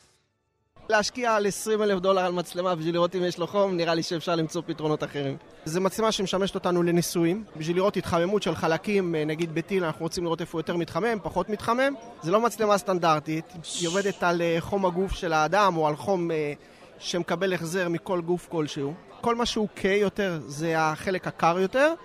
להשקיע על $20,000 על מצלמה בשביל לראות אם יש לו חום, נראה לי שאפשר למצוא פתרונות אחרים. זו מצלמה שמשמשת אותנו לניסויים, בשביל לראות התחממות של חלקים, נגיד בטיל, אנחנו רוצים לראות איפה יותר מתחמם, פחות מתחמם. זה לא מצלמה סטנדרטית, היא עובדת על חום הגוף של האדם, או על חום שמקבל החזר מכל גוף כלשהו. כל מה שהוא קיי יותר זה החלק הקר יותר,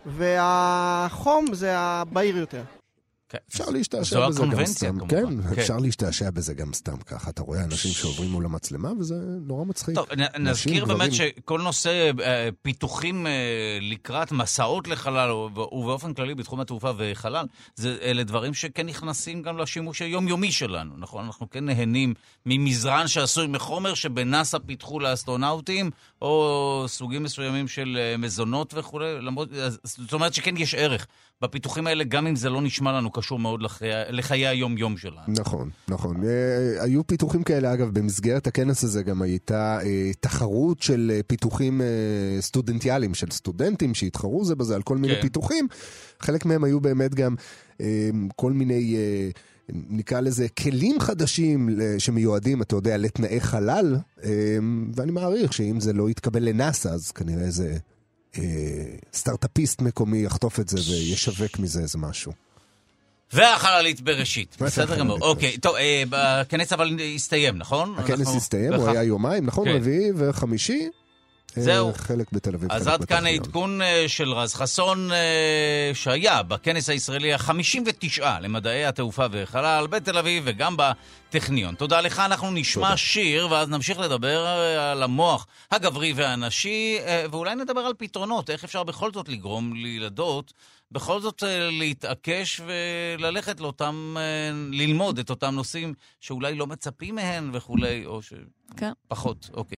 והחום זה הבהיר יותר. אפשר להשתעשע בזה גם סתם. כן, אפשר להשתעשע בזה גם סתם ככה. אתה רואה אנשים שעוברים מול המצלמה, וזה נורא מצחיק. טוב, נזכיר באמת שכל נושא פיתוחים לקראת מסעות לחלל, ובאופן כללי בתחום התעופה וחלל, אלה דברים שכן נכנסים גם לשימוש היומיומי שלנו, נכון? אנחנו כן נהנים ממזרן שעשוי מחומר שבנאסא פיתחו לאסטרונאוטים, או סוגים מסוימים של מזונות וכו'. זאת אומרת שכן יש ערך בפיתוחים האלה, גם אם זה לא נשמע לנו קשור מאוד לחיי היום-יום שלנו. נכון, נכון. היו פיתוחים כאלה, אגב, במסגרת הכנס הזה גם הייתה תחרות של פיתוחים סטודנטיאליים, של סטודנטים שהתחרו זה בזה על כל מיני פיתוחים. חלק מהם היו באמת גם כל מיני, נקרא לזה, כלים חדשים שמיועדים, אתה יודע, לתנאי חלל, ואני מעריך שאם זה לא יתקבל לנאסא, אז כנראה זה... סטארט-אפיסט מקומי יחטוף את זה וישווק מזה איזה משהו. והחללית בראשית. בסדר גמור. אוקיי, טוב, הכנס אבל הסתיים, נכון? הכנס הסתיים, הוא היה יומיים, נכון? רביעי וחמישי. זהו. חלק בתל אביב. אז עד כאן העדכון של רז חסון שהיה בכנס הישראלי ה-59 למדעי התעופה וחלל בתל אביב וגם בטכניון. תודה לך, אנחנו נשמע שיר ואז נמשיך לדבר על המוח הגברי והנשי, ואולי נדבר על פתרונות, איך אפשר בכל זאת לגרום לילדות בכל זאת להתעקש וללכת לאותם, ללמוד את אותם נושאים שאולי לא מצפים מהן וכולי, או שפחות. אוקיי.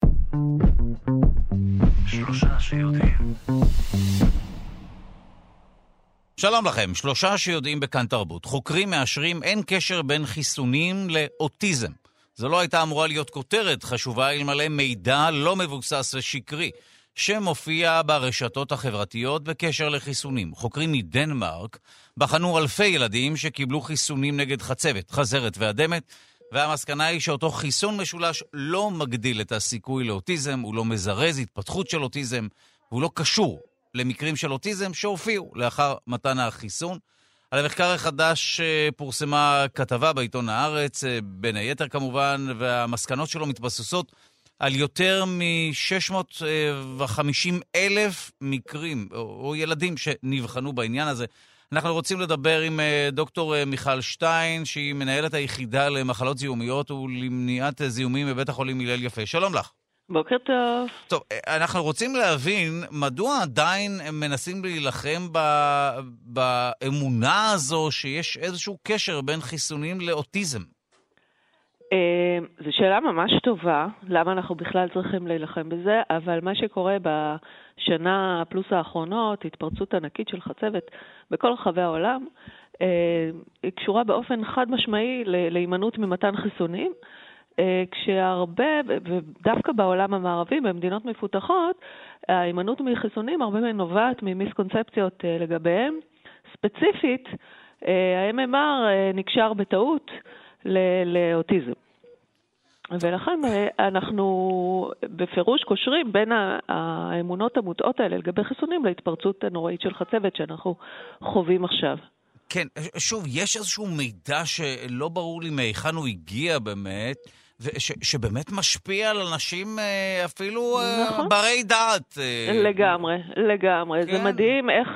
שלושה שיודעים. שלום לכם, שלושה שיודעים בכאן תרבות. חוקרים מאשרים אין קשר בין חיסונים לאוטיזם. זו לא הייתה אמורה להיות כותרת חשובה אלמלא מידע לא מבוסס ושקרי, שמופיע ברשתות החברתיות בקשר לחיסונים. חוקרים מדנמרק בחנו אלפי ילדים שקיבלו חיסונים נגד חצבת, חזרת ואדמת, והמסקנה היא שאותו חיסון משולש לא מגדיל את הסיכוי לאוטיזם, הוא לא מזרז התפתחות של אוטיזם, והוא לא קשור למקרים של אוטיזם שהופיעו לאחר מתן החיסון. על המחקר החדש פורסמה כתבה בעיתון הארץ, בין היתר כמובן, והמסקנות שלו מתבססות על יותר מ-650,000 מקרים או ילדים שנבחנו בעניין הזה. אנחנו רוצים לדבר עם דוקטור מיכל שטיין, שהיא מנהלת היחידה למחלות זיהומיות ולמניעת זיהומים בבית החולים הלל יפה. שלום לך. בוקר טוב. טוב, אנחנו רוצים להבין מדוע עדיין הם מנסים להילחם באמונה הזו שיש איזשהו קשר בין חיסונים לאוטיזם. זו שאלה ממש טובה, למה אנחנו בכלל צריכים להילחם בזה, אבל מה שקורה בשנה פלוס האחרונות, התפרצות ענקית של חצבת בכל רחבי העולם, היא קשורה באופן חד משמעי להימנעות ממתן חיסונים, כשהרבה, ודווקא בעולם המערבי, במדינות מפותחות, ההימנעות מחיסונים הרבה מהן נובעת ממיסקונספציות לגביהם. ספציפית, ה-MMR נקשר בטעות לאוטיזם. ולכן אנחנו בפירוש קושרים בין האמונות המוטעות האלה לגבי חיסונים להתפרצות הנוראית של חצבת שאנחנו חווים עכשיו. כן, שוב, יש איזשהו מידע שלא ברור לי מהיכן הוא הגיע באמת, שבאמת משפיע על אנשים אפילו נכון. ברי דעת. לגמרי, לגמרי. כן. זה מדהים איך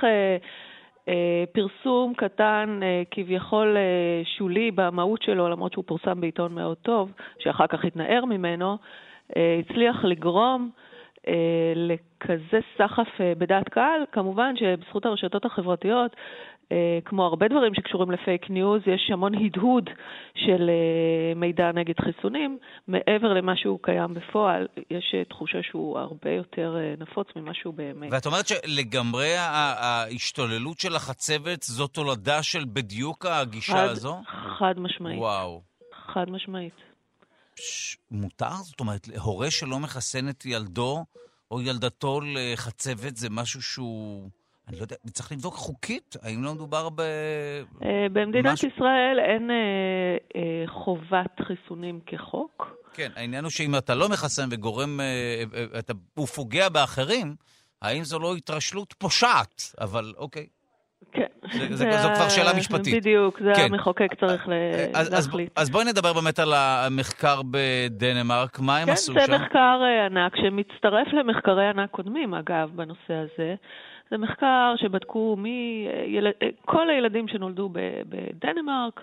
פרסום קטן כביכול שולי במהות שלו, למרות שהוא פורסם בעיתון מאוד טוב, שאחר כך התנער ממנו, הצליח לגרום לכזה סחף בדעת קהל. כמובן שבזכות הרשתות החברתיות, כמו הרבה דברים שקשורים לפייק ניוז, יש המון הדהוד של מידע נגד חיסונים. מעבר למה שהוא קיים בפועל, יש תחושה שהוא הרבה יותר נפוץ ממה שהוא באמת. ואת אומרת שלגמרי ההשתוללות של החצבת זו תולדה של בדיוק הגישה הזו? חד משמעית. וואו. חד משמעית. מותר? זאת אומרת, הורה שלא מחסן את ילדו או ילדתו לחצבת זה משהו שהוא... אני לא יודע, צריך לבדוק חוקית? האם לא מדובר במדינת ישראל אין חובת חיסונים כחוק. כן, העניין הוא שאם אתה לא מחסן וגורם, הוא פוגע באחרים, האם זו לא התרשלות פושעת? אבל אוקיי. כן. זו כבר שאלה משפטית. בדיוק, זה המחוקק צריך להחליט. אז בואי נדבר באמת על המחקר בדנמרק. מה הם עשו שם? כן, זה מחקר ענק שמצטרף למחקרי ענק קודמים, אגב, בנושא הזה. זה מחקר שבדקו כל הילדים שנולדו בדנמרק,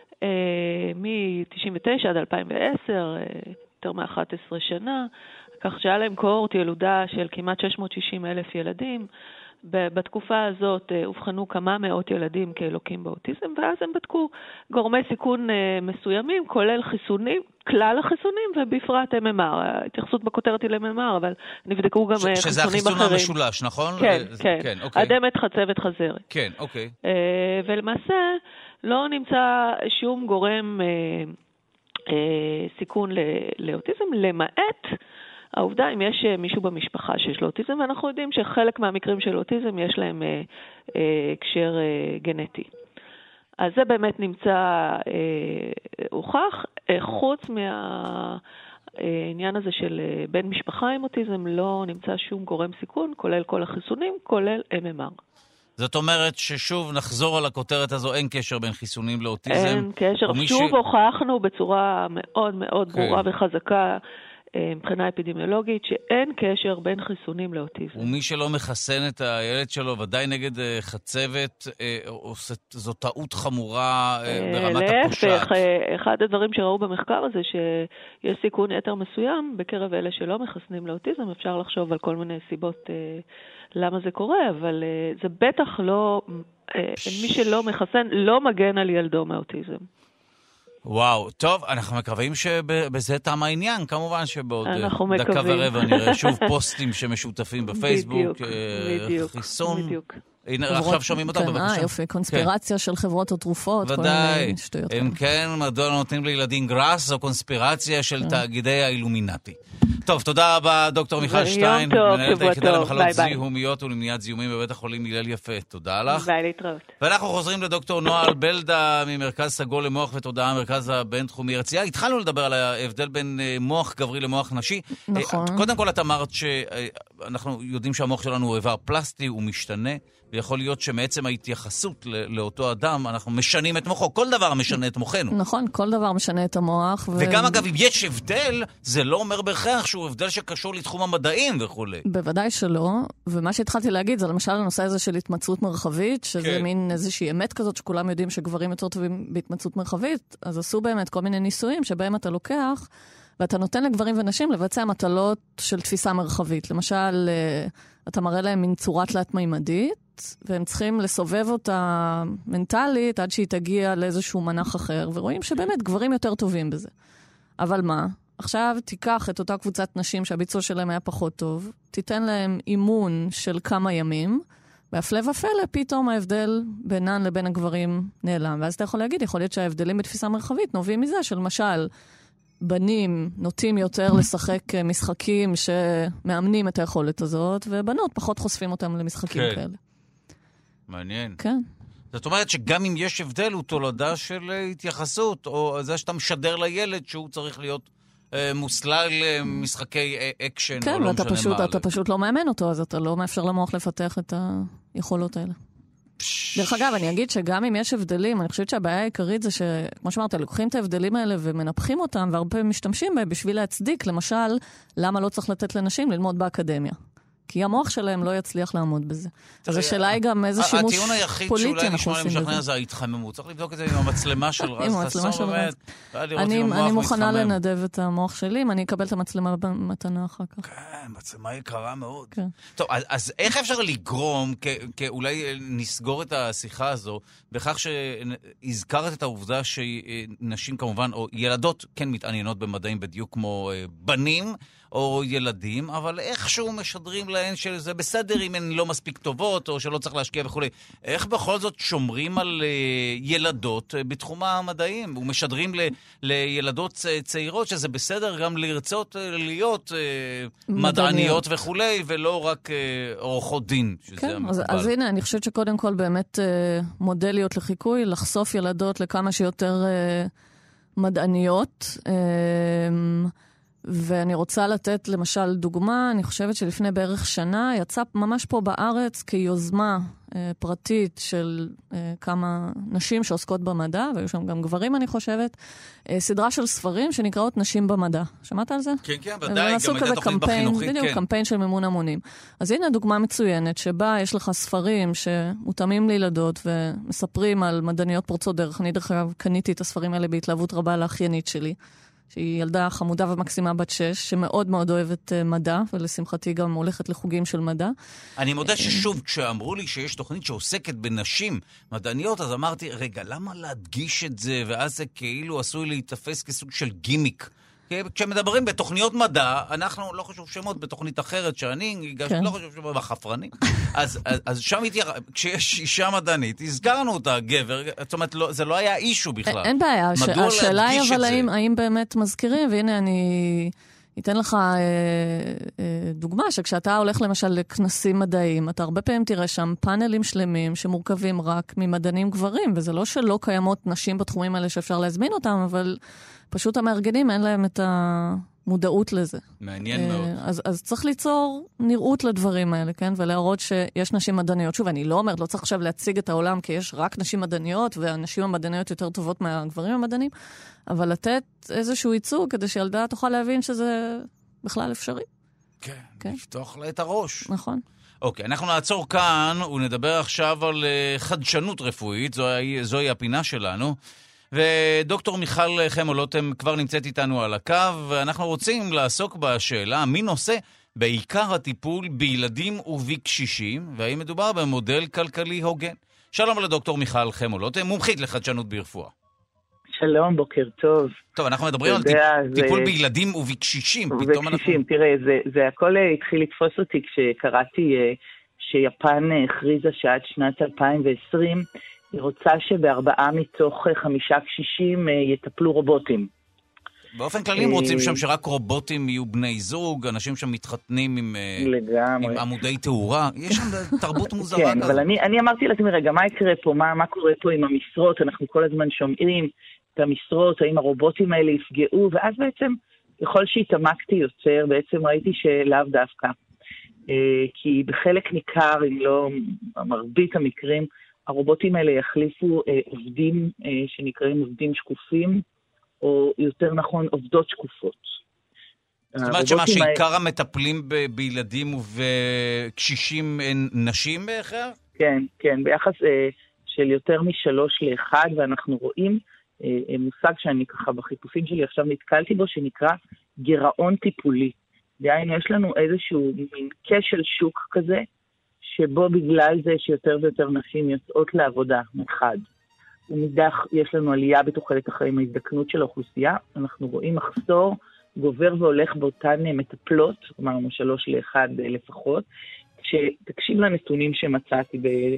מ-99 עד 2010, יותר מ-11 שנה, כך שהיה להם קוהורט ילודה של כמעט 660,000 ילדים. בתקופה הזאת הובחנו כמה מאות ילדים כאלוקים באוטיזם, ואז הם בדקו גורמי סיכון מסוימים, כולל חיסונים, כלל החיסונים, ובפרט MMR. ההתייחסות בכותרת היא ל-MMR, אבל נבדקו גם חיסונים אחרים. שזה החיסון המשולש, נכון? כן, אוקיי. אדמת, חצבת, חזרת. כן, אוקיי. ולמעשה לא נמצא שום גורם סיכון לאוטיזם, למעט העובדה, אם יש מישהו במשפחה שיש לו אוטיזם, ואנחנו יודעים שחלק מהמקרים של אוטיזם יש להם הקשר גנטי. אז זה באמת נמצא הוכח. חוץ מהעניין הזה של בן משפחה עם אוטיזם, לא נמצא שום גורם סיכון, כולל כל החיסונים, כולל MMR. זאת אומרת ששוב נחזור על הכותרת הזו, אין קשר בין חיסונים לאוטיזם. אין קשר. שוב הוכחנו בצורה מאוד מאוד ברורה וחזקה, מבחינה אפידמיולוגית, שאין קשר בין חיסונים לאוטיזם. ומי שלא מחסן את הילד שלו, ודאי נגד חצבת, זו טעות חמורה ברמת הפושעת. להפך, אחד הדברים שראו במחקר הזה, שיש סיכון יתר מסוים, בקרב אלה שלא מחסנים לאוטיזם, אפשר לחשוב על כל מיני סיבות למה זה קורה, אבל זה בטח לא, מי שלא מחסן לא מגן על ילדו מאוטיזם. וואו, טוב, אנחנו מקווים שבזה תם העניין, כמובן שבעוד דקה ורבע נראה שוב פוסטים שמשותפים בפייסבוק, בדיוק, חיסון, בדיוק. הנה, עכשיו שומעים אותה, בבקשה. יופי, קונספירציה של חברות התרופות, ודאי, אם כן, מדוע לא נותנים לילדים גראס, או קונספירציה של תאגידי האילומינטי. טוב, תודה רבה, דוקטור מיכל שטיין, מנהלת היחידה למחלות זיהומיות ולמניעת זיהומים בבית החולים הלל יפה. תודה לך. ביי, להתראות. ואנחנו חוזרים לדוקטור נועה בלדה ממרכז סגול למוח ותודעה, מרכז הבינתחומי הרצליה. התחלנו לדבר על ההבדל בין מוח גברי למוח נשי. נכון. קודם כל את אמרת שאנחנו יודעים שהמוח שלנו הוא איבר פלסטי, הוא משתנה, ויכול להיות שמעצם ההתייחסות לאותו אדם, אנחנו משנים את מוחו. כל דבר משנה את מוחנו. נכון, כל דבר משנה את המוח. וגם אגב, אם יש הבדל, זה לא אומר בהכרח שהוא הבדל שקשור לתחום המדעים וכו'. בוודאי שלא. ומה שהתחלתי להגיד, זה למשל הנושא הזה של התמצאות מרחבית, שזה מין איזושהי אמת כזאת שכולם יודעים שגברים יותר טובים בהתמצאות מרחבית, אז עשו באמת כל מיני ניסויים שבהם אתה לוקח, ואתה נותן לגברים ונשים לבצע מטלות של תפיסה מרחבית. למשל, אתה מראה להם מין צורה תלת-מימדית, והם צריכים לסובב אותה מנטלית עד שהיא תגיע לאיזשהו מנח אחר, ורואים שבאמת גברים יותר טובים בזה. אבל מה? עכשיו תיקח את אותה קבוצת נשים שהביצוע שלהם היה פחות טוב, תיתן להם אימון של כמה ימים, והפלא ופלא, פתאום ההבדל בינן לבין הגברים נעלם. ואז אתה יכול להגיד, יכול להיות שההבדלים בתפיסה מרחבית נובעים מזה, של למשל, בנים נוטים יותר לשחק משחקים שמאמנים את היכולת הזאת, ובנות פחות חושפים אותם למשחקים כאלה. מעניין. כן. זאת אומרת שגם אם יש הבדל, הוא תולדה של התייחסות, או זה שאתה משדר לילד שהוא צריך להיות מוסלל למשחקי אקשן, כן, או לא משנה מה. כן, ואתה פשוט לא מאמן אותו, אז אתה לא מאפשר למוח לפתח את היכולות האלה. דרך אגב, אני אגיד שגם אם יש הבדלים, אני חושבת שהבעיה העיקרית זה שכמו שאמרת, לוקחים את ההבדלים האלה ומנפחים אותם, והרבה פעמים משתמשים בהם בשביל להצדיק, למשל, למה לא צריך לתת לנשים ללמוד באקדמיה. כי המוח שלהם לא יצליח לעמוד בזה. אז השאלה היא גם איזה שימוש הטיעון היחיד פוליטי אנחנו שאולי עושים נשמע זה ההתחממות. צריך לבדוק את זה עם המצלמה של רז חסון. אני מוכנה לנדב את המוח שלי, אם אני אקבל את המצלמה במתנה אחר כך. כן, מצלמה יקרה מאוד. טוב, אז איך אפשר לגרום, אולי נסגור את השיחה הזו, בכך שהזכרת את העובדה שנשים כמובן, או ילדות כן מתעניינות במדעים בדיוק כמו בנים, או ילדים, אבל איכשהו משדרים להן שזה בסדר אם הן לא מספיק טובות, או שלא צריך להשקיע וכו'. איך בכל זאת שומרים על ילדות בתחום המדעים, ומשדרים לילדות צעירות שזה בסדר גם לרצות להיות מדעניות וכו', ולא רק עורכות דין, שזה כן, המקובל. אז הנה, אני חושבת שקודם כל באמת מודליות לחיקוי, לחשוף ילדות לכמה שיותר מדעניות, ואני רוצה לתת למשל דוגמה, אני חושבת שלפני בערך שנה יצא ממש פה בארץ כיוזמה פרטית של כמה נשים שעוסקות במדע, והיו שם גם גברים אני חושבת, סדרה של ספרים שנקראות נשים במדע. שמעת על זה? כן, כן, ודאי, גם הייתה תוכנית בחינוכית, בדיוק, כן. קמפיין של מימון המונים. אז הנה דוגמה מצוינת שבה יש לך ספרים שמותאמים לילדות ומספרים על מדעניות פורצות דרך. אני דרך אגב קניתי את הספרים האלה בהתלהבות רבה לאחיינית שלי. שהיא ילדה חמודה ומקסימה בת 6, שמאוד מאוד אוהבת מדע, ולשמחתי גם הולכת לחוגים של מדע. אני מודה ששוב, כשאמרו לי שיש תוכנית שעוסקת בנשים מדעניות, אז אמרתי, רגע, למה להדגיש את זה? ואז זה כאילו עשוי להתאפס כסוג של גימיק. כשמדברים בתוכניות מדע, אנחנו לא חשוב שמות בתוכנית אחרת שאני הגשתי, לא חשוב שמות בחפרני. אז שם כשיש אישה מדענית, הזכרנו אותה, גבר, זאת אומרת, זה לא היה אישו בכלל. אין בעיה, השאלה היא אבל האם באמת מזכירים, והנה אני אתן לך דוגמה, שכשאתה הולך למשל לכנסים מדעיים, אתה הרבה פעמים תראה שם פאנלים שלמים שמורכבים רק ממדענים גברים, וזה לא שלא קיימות נשים בתחומים האלה שאפשר להזמין אותם, אבל פשוט המארגנים אין להם את המודעות לזה. מעניין מאוד. אז צריך ליצור נראות לדברים האלה, כן? ולהראות שיש נשים מדעניות. שוב, אני לא אומרת, לא צריך עכשיו להציג את העולם, כי יש רק נשים מדעניות, והנשים המדעניות יותר טובות מהגברים המדענים, אבל לתת איזשהו ייצוג כדי שילדה תוכל להבין שזה בכלל אפשרי. כן, לפתוח לה את הראש. נכון. אוקיי, אנחנו נעצור כאן ונדבר עכשיו על חדשנות רפואית, זוהי הפינה שלנו. ודוקטור מיכל חמו-לוטם כבר נמצאת איתנו על הקו, ואנחנו רוצים לעסוק בשאלה מי נושא בעיקר הטיפול בילדים ובקשישים, והאם מדובר במודל כלכלי הוגן. שלום לדוקטור מיכל חמו-לוטם, מומחית לחדשנות ברפואה. שלום, בוקר טוב. טוב, אנחנו מדברים על טיפול בילדים ובקשישים. ובקשישים, תראה, זה הכל התחיל לתפוס אותי כשקראתי שיפן הכריזה שעד שנת 2020 היא רוצה שב4 מתוך 5 קשישים יטפלו רובוטים. באופן כללי הם רוצים שם שרק רובוטים יהיו בני זוג, אנשים שם מתחתנים עם עמודי תאורה. יש שם תרבות מוזרה כזאת. כן, אבל אני אמרתי לעצמי, רגע, מה יקרה פה? מה קורה פה עם המשרות? אנחנו כל הזמן שומעים את המשרות, האם הרובוטים האלה יפגעו, ואז בעצם, ככל שהתעמקתי יותר, בעצם ראיתי שלאו דווקא. כי בחלק ניכר, אם לא מרבית המקרים, הרובוטים האלה יחליפו עובדים שנקראים עובדים שקופים, או יותר נכון, עובדות שקופות. זאת אומרת שמה, שעיקר המטפלים בילדים ובקשישים הן נשים באחר? כן, כן, ביחס של יותר מ3 ל1, ואנחנו רואים מושג שאני ככה בחיפושים שלי עכשיו נתקלתי בו, שנקרא גירעון טיפולי. דהיינו, יש לנו איזשהו מין כשל שוק כזה, שבו בגלל זה שיותר ויותר נשים יוצאות לעבודה מחד. ומדך יש לנו עלייה בתוחלת החיים, ההזדקנות של האוכלוסייה. אנחנו רואים מחסור גובר והולך באותן מטפלות, אמרנו 3 ל1 לפחות, שתקשיב לנתונים שמצאתי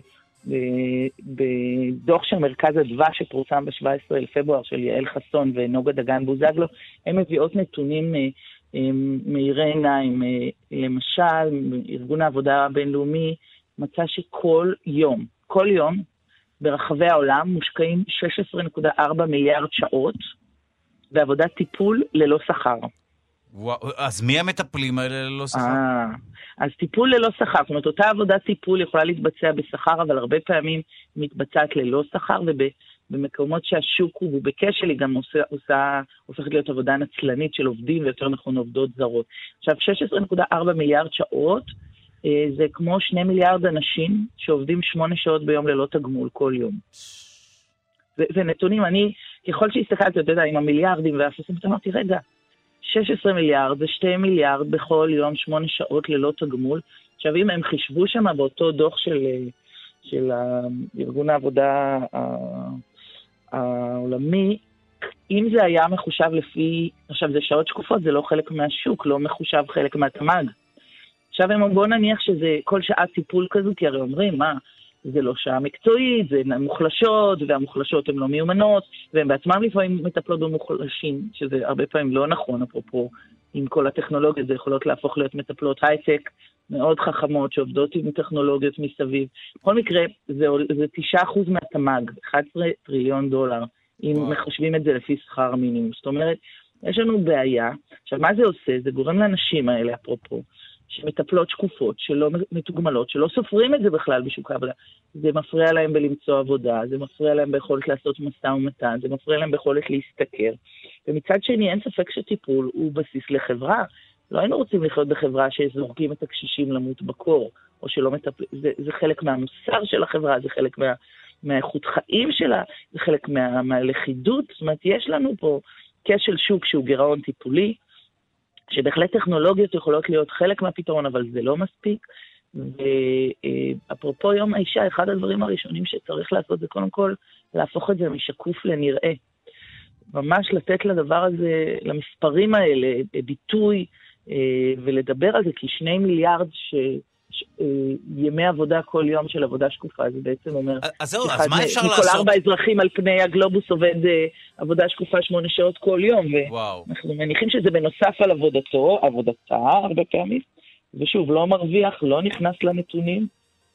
בדוח של מרכז אדווה שפורסם ב-17 לפברואר של יעל חסון ונוגה דגן בוזגלו, הם מביאות נתונים מהירי עיניים. למשל, ארגון העבודה הבינלאומי מצא שכל יום, ברחבי העולם מושקעים 16.4 מיליארד שעות בעבודת טיפול ללא שכר. אז מי המטפלים האלה ללא שכר? אז טיפול ללא שכר, זאת אומרת, אותה עבודת טיפול יכולה להתבצע בשכר, אבל הרבה פעמים מתבצעת ללא שכר, ובמקומות שהשוק הוא בכשל, היא גם הופכת להיות עבודה נצלנית של עובדים, ויותר נכון עובדות זרות. עכשיו, 16.4 מיליארד שעות, זה כמו 2 מיליארד אנשים שעובדים 8 שעות ביום ללא תגמול כל יום. זה נתונים, אני, ככל שהסתכלתי, אתה יודע, עם המיליארדים והאפסים, אמרתי, רגע, 16 מיליארד זה 2 מיליארד בכל יום 8 שעות ללא תגמול. עכשיו, אם הם חישבו שם באותו דוח של ארגון העבודה העולמי, אם זה היה מחושב לפי, עכשיו זה שעות שקופות, זה לא חלק מהשוק, לא מחושב חלק מהתמ"ג. עכשיו הם בואו נניח שזה כל שעה טיפול כזו, כי הרי אומרים, מה, זה לא שעה מקצועית, זה מוחלשות, והמוחלשות הן לא מיומנות, והם בעצמם לפעמים מטפלות במוחלשים, שזה הרבה פעמים לא נכון, אפרופו, עם כל הטכנולוגיות, זה יכולות להפוך להיות מטפלות הייטק, מאוד חכמות, שעובדות עם טכנולוגיות מסביב. בכל מקרה, זה 9% מהתמ"ג, 11 טריליון דולר, אם מחשבים את זה לפי שכר מינימום. זאת אומרת, יש לנו בעיה. עכשיו, מה זה עושה? זה גורם לאנשים האלה, אפרופו, שמטפלות שקופות, שלא מתוגמלות, שלא סופרים את זה בכלל בשוק העבודה. זה מפריע להם בלמצוא עבודה, זה מפריע להם ביכולת לעשות משא ומתן, זה מפריע להם ביכולת להסתכר. ומצד שני, אין ספק שטיפול הוא בסיס לחברה. לא היינו רוצים לחיות בחברה שזורקים את הקשישים למות בקור, או שלא מטפלים. זה חלק מהמוסר של החברה, זה חלק מהאיכות חיים שלה, זה חלק מהלכידות. זאת אומרת, יש לנו פה כשל שוק שהוא גירעון טיפולי, שבהחלט טכנולוגיות יכולות להיות חלק מהפתרון, אבל זה לא מספיק. ואפרופו יום האישה, אחד הדברים הראשונים שצריך לעשות זה קודם כל להפוך את זה משקוף לנראה. ממש לתת לדבר הזה, למספרים האלה, ביטוי, ולדבר על זה, כי 2 מיליארד ימי עבודה כל יום של עבודה שקופה, זה בעצם אומר, אז מה אפשר לעשות? מכל 4 אזרחים על פני הגלובוס עובד עבודה שקופה 8 שעות כל יום, ואנחנו מניחים שזה בנוסף על עבודתה הרבה פעמים, ושוב, לא מרוויח, לא נכנס לנתונים,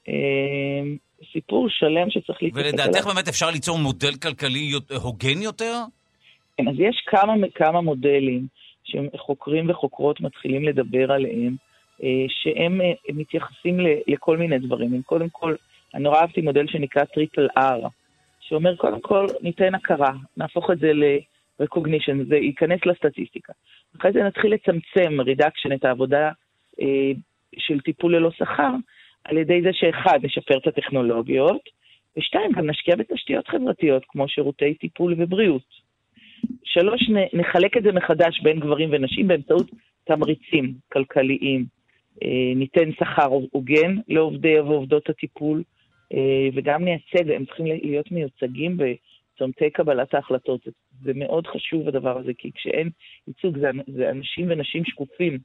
סיפור שלם שצריך להתעסק עליו. ולדעתך באמת אפשר ליצור מודל כלכלי הוגן יותר? כן, אז יש כמה מודלים שחוקרים וחוקרות מתחילים לדבר עליהם, שהם מתייחסים לכל מיני דברים. קודם כל, אני אהבתי מודל שנקרא טריפל R, שאומר קודם כל ניתן הכרה, נהפוך את זה ל-recognition, זה ייכנס לסטטיסטיקה. אחרי זה נתחיל לצמצם reduction את העבודה של טיפול ללא שכר, על ידי זה שאחד, נשפר את הטכנולוגיות, ושתיים, גם נשקיע בתשתיות חברתיות, כמו שירותי טיפול ובריאות. 3, נחלק את זה מחדש בין גברים ונשים באמצעות תמריצים כלכליים. ניתן שכר הוגן לעובדי ועובדות הטיפול, וגם נייצג, הם צריכים להיות מיוצגים בצומתי קבלת ההחלטות. זה מאוד חשוב הדבר הזה, כי כשאין ייצוג, זה אנשים ונשים שקופים,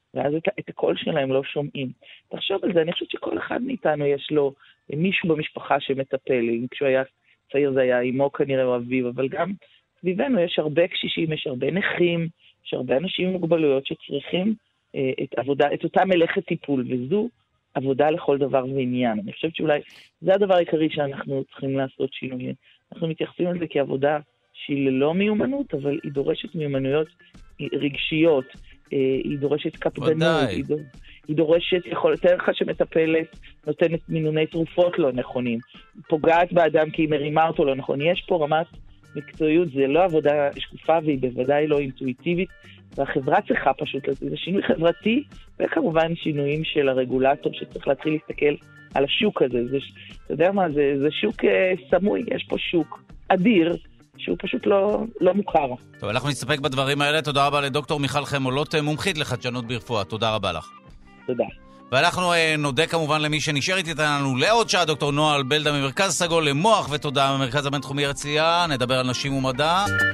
ואז את הקול שלהם לא שומעים. תחשוב על זה, אני חושבת שכל אחד מאיתנו יש לו מישהו במשפחה שמטפל, אם כשהוא היה צעיר זה היה אמו כנראה או אביו, אבל גם סביבנו יש הרבה קשישים, יש הרבה נכים, יש הרבה אנשים עם מוגבלויות שצריכים את אותה מלאכת טיפול, וזו עבודה לכל דבר ועניין. אני חושבת שאולי זה הדבר העיקרי שאנחנו צריכים לעשות שינוי. אנחנו מתייחסים על זה כעבודה שהיא ללא מיומנות, אבל היא דורשת מיומנויות רגשיות, היא דורשת קפדנות, היא דורשת יכולת ערך שמטפלת, נותנת מינוני תרופות לא נכונים, פוגעת באדם כי היא מרימה אותו לא נכון. יש פה רמת מקצועיות, זה לא עבודה שקופה והיא בוודאי לא אינטואיטיבית, והחברה צריכה פשוט, זה שינוי חברתי, וכמובן שינויים של הרגולטור שצריך להתחיל להסתכל על השוק הזה. אתה יודע מה, זה שוק סמוי, יש פה שוק אדיר, שהוא פשוט לא מוכר. טוב, אנחנו נסתפק בדברים האלה. תודה רבה לדוקטור מיכל חמולות, מומחית לחדשנות ברפואה. תודה רבה לך. תודה. ואנחנו נודה כמובן למי שנשאר איתנו לעוד שעה, דוקטור נועה אלבלדה ממרכז סגול למוח ותודעה במרכז הבינתחומי הרצליה. נדבר על נשים ומדע.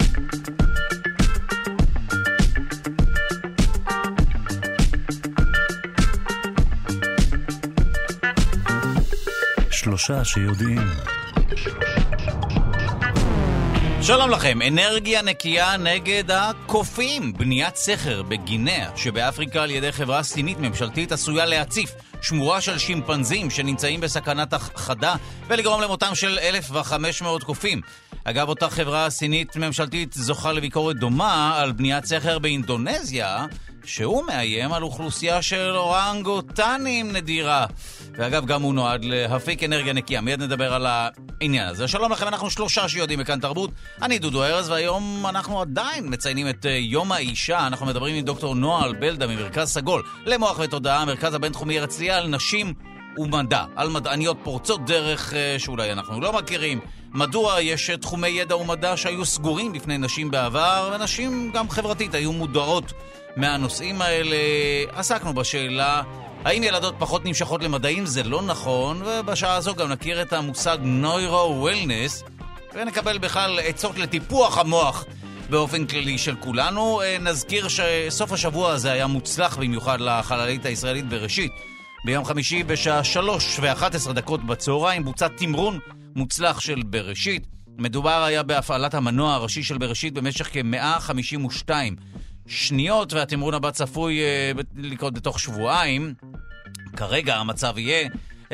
שלושה שיודעים. שלום לכם, אנרגיה נקייה נגד הקופים. בניית סכר בגינאה שבאפריקה על ידי חברה סינית ממשלתית עשויה להציף שמורה של שימפנזים שנמצאים בסכנת החדה ולגרום למותם של 1,500 קופים. אגב, אותה חברה סינית ממשלתית זוכה לביקורת דומה על בניית סכר באינדונזיה, שהוא מאיים על אוכלוסייה של אורנגוטנים נדירה. ואגב, גם הוא נועד להפיק אנרגיה נקייה. מיד נדבר על העניין הזה. שלום לכם, אנחנו שלושה שיודעים בכאן תרבות. אני דודו ארז, והיום אנחנו עדיין מציינים את יום האישה. אנחנו מדברים עם דוקטור נועה אלבלדה ממרכז סגול למוח ותודעה, המרכז הבינתחומי הרצליה, על נשים ומדע, על מדעניות פורצות דרך שאולי אנחנו לא מכירים. מדוע יש תחומי ידע ומדע שהיו סגורים בפני נשים בעבר, ונשים גם חברתית היו מודעות מהנושאים האלה. עסקנו בשאלה האם ילדות פחות נמשכות למדעים. זה לא נכון, ובשעה הזו גם נכיר את המושג נוירו-וולנס, ונקבל בכלל עצות לטיפוח המוח באופן כללי של כולנו. נזכיר שסוף השבוע הזה היה מוצלח במיוחד לחללית הישראלית בראשית. ביום חמישי בשעה 3:11 בצהריים בוצע תמרון מוצלח של בראשית. מדובר היה בהפעלת המנוע הראשי של בראשית במשך כ-152 שניות, והתמרון הבא צפוי לקרות בתוך שבועיים. כרגע המצב יהיה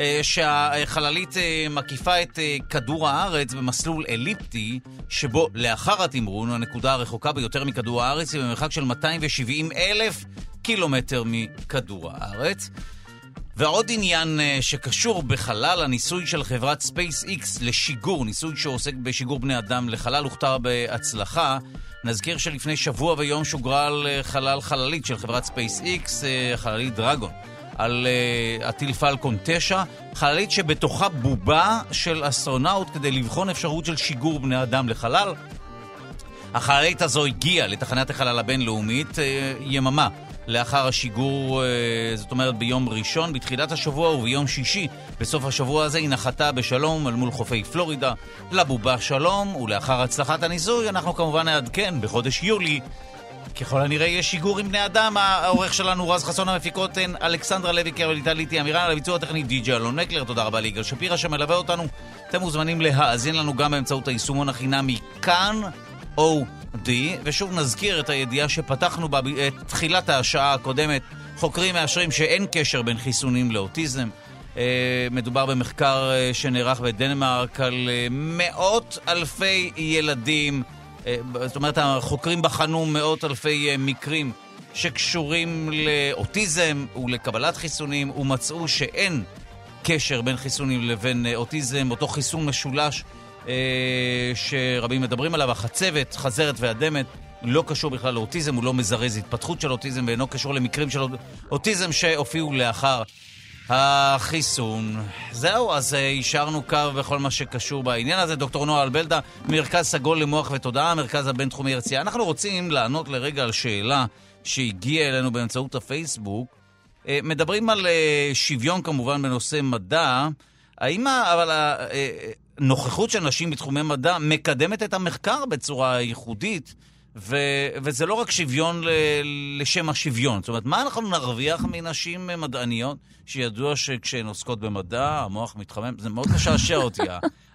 שהחללית מקיפה את כדור הארץ במסלול אליפטי, שבו לאחר התמרון הנקודה הרחוקה ביותר מכדור הארץ היא במרחק של 270,000 קילומטר מכדור הארץ. ועוד עניין שקשור בחלל, הניסוי של חברת SpaceX לשיגור, ניסוי שעוסק בשיגור בני אדם לחלל, הוכתר בהצלחה. נזכיר שלפני שבוע ויום שוגרה על חללית של חברת SpaceX, חללית דרגון, על הטיל פלקון 9, חללית שבתוכה בובה של אסטרונאוט כדי לבחון אפשרות של שיגור בני אדם לחלל. החללית הזו הגיעה לתחנת החלל הבינלאומית יממה לאחר השיגור, זאת אומרת ביום ראשון בתחילת השבוע, וביום שישי בסוף השבוע הזה היא נחתה בשלום על מול חופי פלורידה. לבובה שלום, ולאחר הצלחת הניסוי אנחנו כמובן נעדכן בחודש יולי. ככל הנראה יש שיגור עם בני אדם. העורך שלנו רז חסון, המפיקות הן אלכסנדרה לוי, קרוליטה ליטי אמירן, על הביצוע הטכני די.ג'י אלון מקלר. תודה רבה ליגאל שפירא שמלווה אותנו. אתם מוזמנים להאזין לנו גם באמצעות היישומון החינמי כאן אודי. ושוב נזכיר את הידיעה שפתחנו בה את תחילת השעה הקודמת. חוקרים מאשרים שאין קשר בין חיסונים לאוטיזם. מדובר במחקר שנערך בדנמרק על מאות אלפי ילדים. זאת אומרת, החוקרים בחנו מאות אלפי מקרים שקשורים לאוטיזם ולקבלת חיסונים, ומצאו שאין קשר בין חיסונים לבין אוטיזם. אותו חיסון משולש שרבים מדברים עליו, החצבת, חזרת והדמת, לא קשור בכלל לאוטיזם, הוא לא מזרז התפתחות של אוטיזם, ואינו קשור למקרים של אוטיזם שהופיעו לאחר החיסון. זהו, אז אישרנו קו בכל מה שקשור בעניין הזה. דוקטור נועה אלבלדה, מרכז סגול למוח ותודעה, המרכז הבינתחומי הרצליה. אנחנו רוצים לענות לרגע על שאלה שהגיעה אלינו באמצעות הפייסבוק. מדברים על שוויון כמובן בנושא מדע. האם הנוכחות של נשים בתחומי מדע מקדמת את המחקר בצורה ייחודית? וזה לא רק שוויון לשם השוויון. זאת אומרת, מה אנחנו נרוויח מנשים מדעניות שידוע שכשהן עוסקות במדע, המוח מתחמם? זה מאוד משעשע אותי.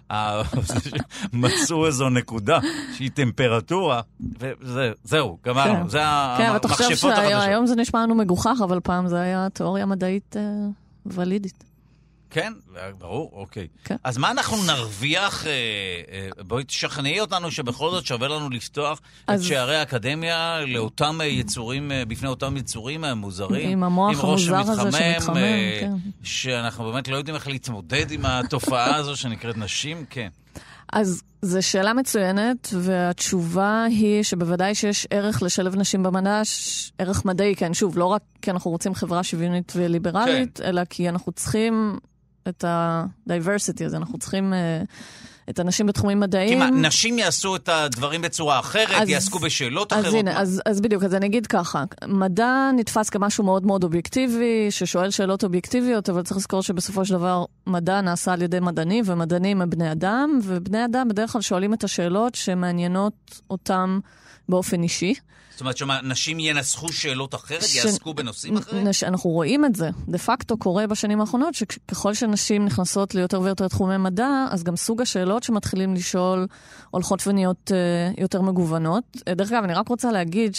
מצאו איזו נקודה שהיא טמפרטורה, וזהו, גמרנו. זה המחשפות החדשות. היום זה נשמע לנו מגוחך, אבל פעם זה היה תיאוריה מדעית ולידית. כן, ברור, אוקיי. אז מה אנחנו נרוויח? בואי תשכנעי אותנו שבכל זאת שווה לנו לפתוח את שערי האקדמיה לאותם יצורים, בפני אותם יצורים מוזרים. עם המוח המוזר הזה שמתחמם, כן. שאנחנו באמת לא יודעים איך להתמודד עם התופעה הזו שנקראת נשים, כן. אז זו שאלה מצוינת, והתשובה היא שבוודאי שיש ערך לשלב נשים במדע, ערך מדעי, כן, שוב, לא רק כי אנחנו רוצים חברה שוויונית וליברלית, אלא כי אנחנו צריכים את ה-diversity הזה, אנחנו צריכים את הנשים בתחומים מדעיים. כי מה, נשים יעשו את הדברים בצורה אחרת, יעסקו בשאלות אחרות? אז הנה, אז בדיוק, אז אני אגיד ככה, מדע נתפס כמשהו מאוד מאוד אובייקטיבי, ששואל שאלות אובייקטיביות, אבל צריך לזכור שבסופו של דבר מדע נעשה על ידי מדענים, ומדענים הם בני אדם, ובני אדם בדרך כלל שואלים את השאלות שמעניינות אותם באופן אישי. זאת אומרת שנשים ינסחו שאלות אחרת, יעסקו בנושאים אחרים? אנחנו רואים את זה. דה פקטו קורה בשנים האחרונות, שככל שנשים נכנסות ליותר ויותר תחומי מדע, אז גם סוג השאלות שמתחילים לשאול הולכות ונהיות יותר מגוונות. דרך אגב, אני רק רוצה להגיד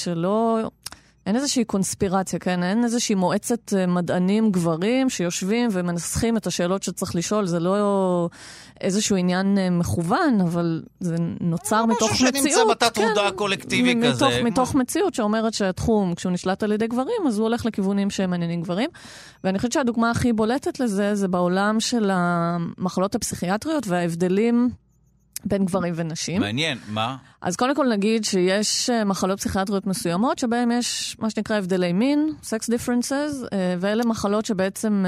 אין איזושהי קונספירציה, כן? אין איזושהי מועצת מדענים גברים שיושבים ומנסחים את השאלות שצריך לשאול. זה לא איזשהו עניין מכוון, אבל זה נוצר מתוך מציאות. משהו שנמצא בתת מודע קולקטיבי כזה. מתוך מציאות שאומרת שהתחום, כשהוא נשלט על ידי גברים, אז הוא הולך לכיוונים שהם מעניינים גברים. ואני חושבת שהדוגמה הכי בולטת לזה, זה בעולם של המחלות הפסיכיאטריות וההבדלים בין גברים ונשים. מעניין, מה? אז קודם כל נגיד שיש מחלות פסיכיאטריות מסוימות, שבהן יש מה שנקרא הבדלי מין, sex differences, ואלה מחלות שבעצם